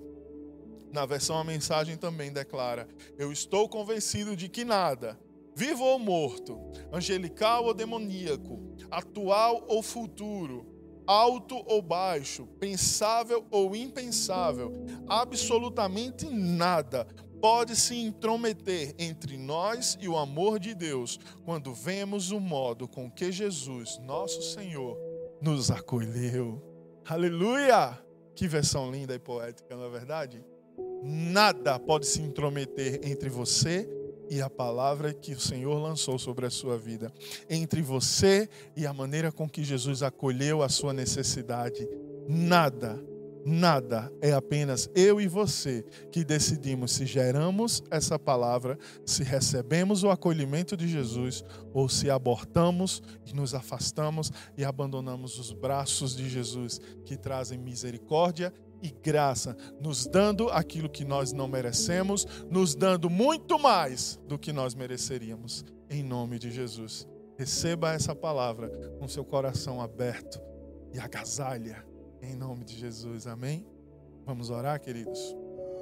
Na versão A Mensagem também declara: eu estou convencido de que nada, vivo ou morto, angelical ou demoníaco, atual ou futuro, alto ou baixo, pensável ou impensável, absolutamente nada pode se intrometer entre nós e o amor de Deus quando vemos o modo com que Jesus, nosso Senhor, nos acolheu. Aleluia! Que versão linda e poética, não é verdade? Nada pode se intrometer entre você e a palavra que o Senhor lançou sobre a sua vida. Entre você e a maneira com que Jesus acolheu a sua necessidade. Nada, nada. É apenas eu e você que decidimos se geramos essa palavra, se recebemos o acolhimento de Jesus ou se abortamos e nos afastamos e abandonamos os braços de Jesus que trazem misericórdia e graça, nos dando aquilo que nós não merecemos, nos dando muito mais do que nós mereceríamos, em nome de Jesus. Receba essa palavra com seu coração aberto e agasalha, em nome de Jesus, amém? Vamos orar, queridos?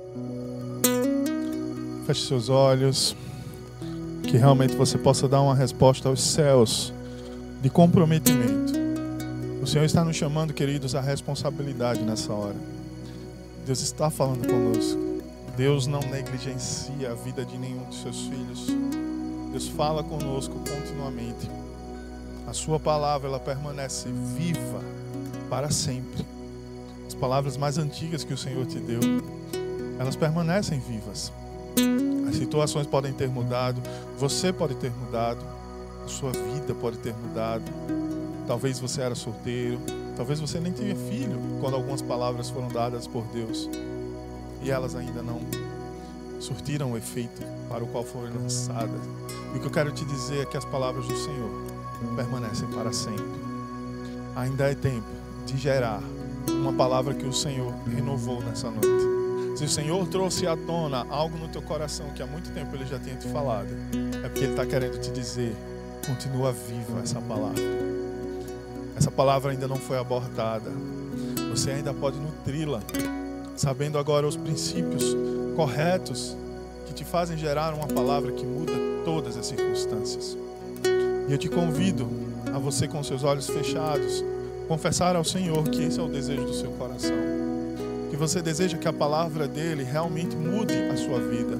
Feche seus olhos, que realmente você possa dar uma resposta aos céus de comprometimento. O Senhor está nos chamando, queridos, à responsabilidade nessa hora. Deus está falando conosco. Deus não negligencia a vida de nenhum dos seus filhos. Deus fala conosco continuamente. A sua palavra, ela permanece viva para sempre. As palavras mais antigas que o Senhor te deu, elas permanecem vivas. As situações podem ter mudado, você pode ter mudado, a sua vida pode ter mudado. Talvez você era solteiro, talvez você nem tinha filho quando algumas palavras foram dadas por Deus e elas ainda não surtiram o efeito para o qual foram lançadas. E o que eu quero te dizer é que as palavras do Senhor permanecem para sempre. Ainda é tempo de gerar uma palavra que o Senhor renovou nessa noite. Se o Senhor trouxe à tona algo no teu coração que há muito tempo Ele já tinha te falado, é porque Ele está querendo te dizer: continua viva essa palavra. Essa palavra ainda não foi abortada. Você ainda pode nutri-la, sabendo agora os princípios corretos que te fazem gerar uma palavra que muda todas as circunstâncias. E eu te convido a você, com seus olhos fechados, confessar ao Senhor que esse é o desejo do seu coração. Que você deseja que a palavra dele realmente mude a sua vida.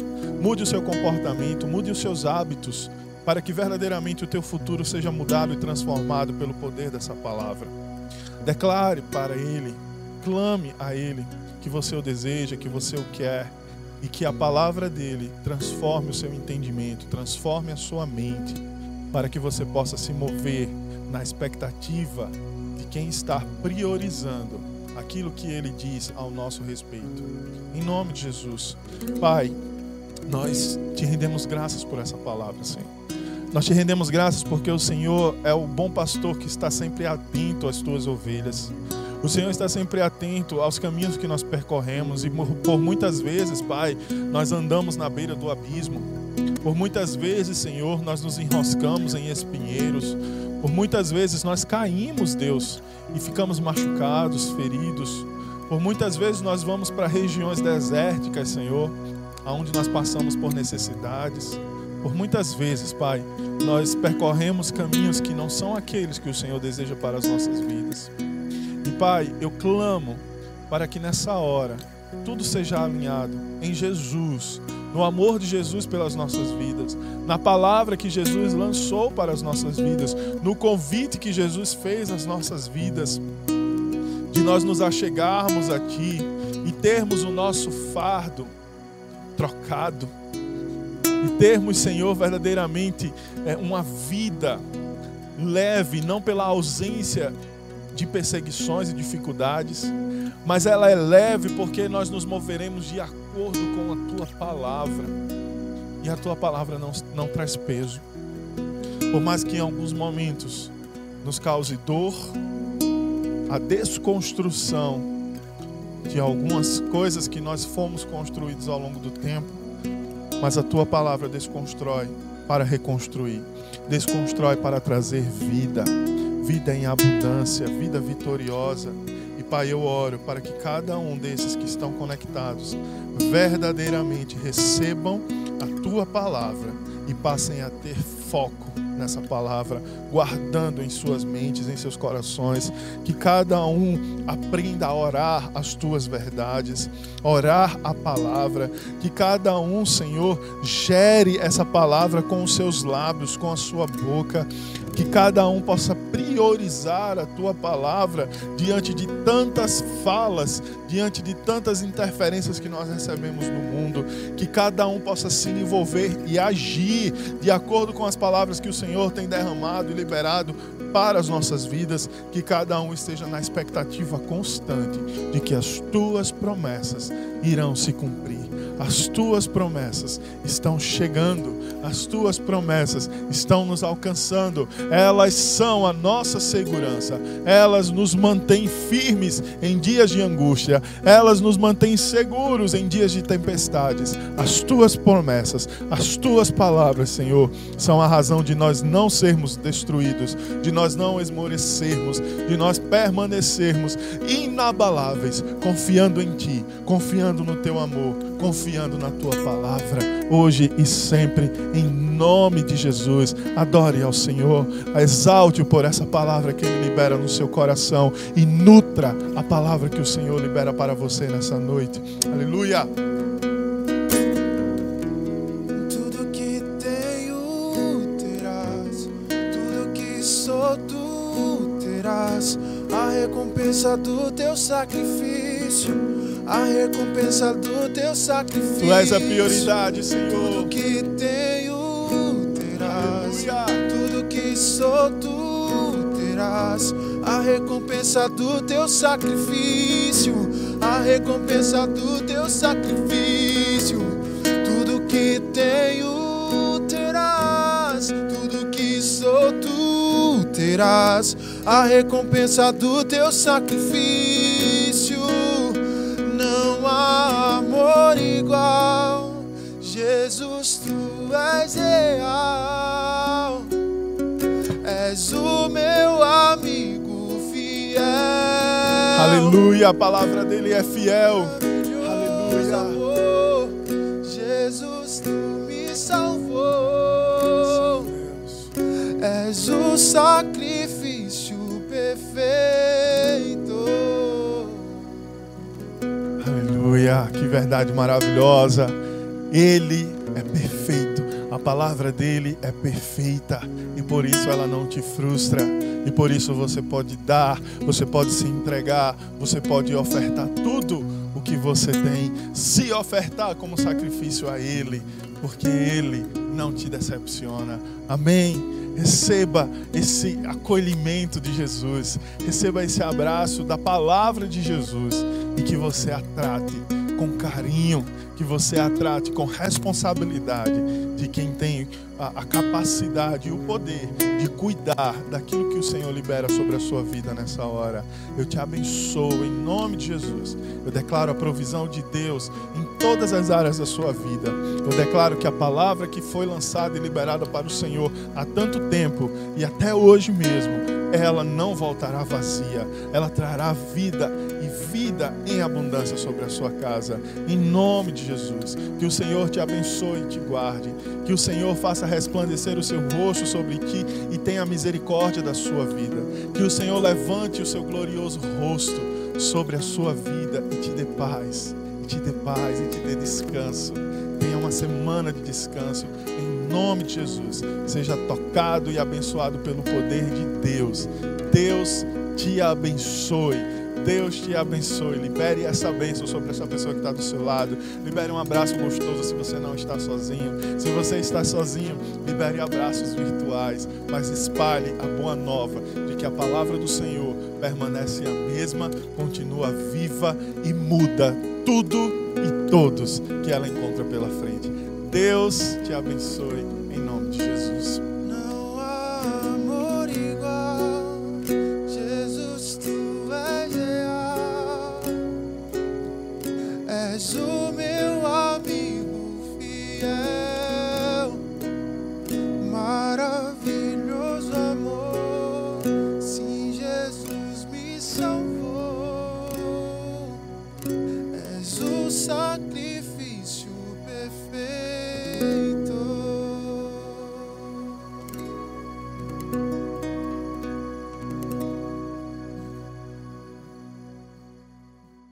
mude o seu comportamento, mude os seus hábitos, para que verdadeiramente o teu futuro seja mudado e transformado pelo poder dessa palavra. Declare para Ele, clame a Ele que você o deseja, que você o quer, e que a palavra dele transforme o seu entendimento, transforme a sua mente, para que você possa se mover na expectativa de quem está priorizando aquilo que ele diz ao nosso respeito. Em nome de Jesus. Pai, nós te rendemos graças por essa palavra, Senhor. Nós te rendemos graças porque o Senhor é o bom pastor que está sempre atento às tuas ovelhas. O Senhor está sempre atento aos caminhos que nós percorremos e por muitas vezes, Pai, nós andamos na beira do abismo. Por muitas vezes, Senhor, nós nos enroscamos em espinheiros. Por muitas vezes nós caímos, Deus, e ficamos machucados, feridos. Por muitas vezes nós vamos para regiões desérticas, Senhor, onde nós passamos por necessidades. Por muitas vezes, Pai, nós percorremos caminhos que não são aqueles que o Senhor deseja para as nossas vidas. E Pai, eu clamo para que nessa hora tudo seja alinhado em Jesus, no amor de Jesus pelas nossas vidas, na palavra que Jesus lançou para as nossas vidas, no convite que Jesus fez às nossas vidas, de nós nos achegarmos a Ti e termos o nosso fardo trocado, e termos, Senhor, verdadeiramente é, uma vida leve, não pela ausência de perseguições e dificuldades, mas ela é leve porque nós nos moveremos de acordo com a Tua palavra, e a Tua palavra não, não traz peso. Por mais que em alguns momentos nos cause dor, a desconstrução de algumas coisas que nós fomos construídos ao longo do tempo, mas a Tua palavra desconstrói para reconstruir, desconstrói para trazer vida, vida em abundância, vida vitoriosa. E Pai, eu oro para que cada um desses que estão conectados verdadeiramente recebam a Tua palavra e passem a ter foco nessa palavra, guardando em suas mentes, em seus corações, que cada um aprenda a orar as Tuas verdades, orar a palavra, que cada um, Senhor, gere essa palavra com os seus lábios, com a sua boca, que cada um possa priorizar a Tua palavra diante de tantas falas, diante de tantas interferências que nós recebemos no mundo, que cada um possa se envolver e agir de acordo com as palavras que o Senhor tem derramado e liberado para as nossas vidas, que cada um esteja na expectativa constante de que as Tuas promessas irão se cumprir. As Tuas promessas estão chegando, as Tuas promessas estão nos alcançando, elas são a nossa segurança, elas nos mantêm firmes em dias de angústia, elas nos mantêm seguros em dias de tempestades. As Tuas promessas, as Tuas palavras, Senhor, são a razão de nós não sermos destruídos, de nós não esmorecermos, de nós permanecermos inabaláveis, confiando em Ti, confiando no Teu amor, confiando na Tua palavra, hoje e sempre, em nome de Jesus. Adore ao Senhor, exalte-o por essa palavra que Ele libera no seu coração e nutra a palavra que o Senhor libera para você nessa noite. Aleluia! Tudo que tenho terás, tudo que sou tu terás, a recompensa do teu sacrifício. A recompensa do teu sacrifício. Tu és a prioridade, Senhor. Tudo que tenho terás. Aleluia. Tudo que sou tu terás. A recompensa do teu sacrifício. A recompensa do teu sacrifício. Tudo que tenho terás. Tudo que sou tu terás. A recompensa do teu sacrifício. Não há amor igual, Jesus, Tu és real, és o meu amigo fiel. Aleluia, a palavra dele é fiel. Aleluia. Amor, Jesus, Tu me salvou, és o sacrifício perfeito. Aleluia, que verdade maravilhosa. Ele é perfeito. A palavra dele é perfeita e por isso ela não te frustra. E por isso você pode dar, você pode se entregar, você pode ofertar tudo o que você tem, se ofertar como sacrifício a ele, porque ele não te decepciona. Amém? Receba esse acolhimento de Jesus, receba esse abraço da palavra de Jesus e que você a trate com carinho, que você a trate com responsabilidade de quem tem a, a capacidade e o poder de cuidar daquilo que o Senhor libera sobre a sua vida nessa hora. Eu te abençoo em nome de Jesus. Eu declaro a provisão de Deus em todas as áreas da sua vida. Eu declaro que a palavra que foi lançada e liberada para o Senhor há tanto tempo e até hoje mesmo, ela não voltará vazia. Ela trará vida e vida em abundância sobre a sua casa. Em nome de Jesus. Que o Senhor te abençoe e te guarde. Que o Senhor faça resplandecer o seu rosto sobre ti e tenha misericórdia da sua vida. Que o Senhor levante o seu glorioso rosto sobre a sua vida e te dê paz. E te dê paz e te dê descanso. Tenha uma semana de descanso. Em nome de Jesus. Seja tocado e abençoado pelo poder de Deus. Deus te abençoe. Deus te abençoe. Libere essa bênção sobre essa pessoa que está do seu lado. Libere um abraço gostoso se você não está sozinho. Se você está sozinho, libere abraços virtuais. Mas espalhe a boa nova de que a palavra do Senhor permanece a mesma, continua viva e muda tudo e todos que ela encontra pela frente. Deus te abençoe em nome de Jesus. Não há amor igual, Jesus, tu és real. És o meu amigo fiel, maravilhoso amor. Sim, Jesus me salvou. És o sacrifício.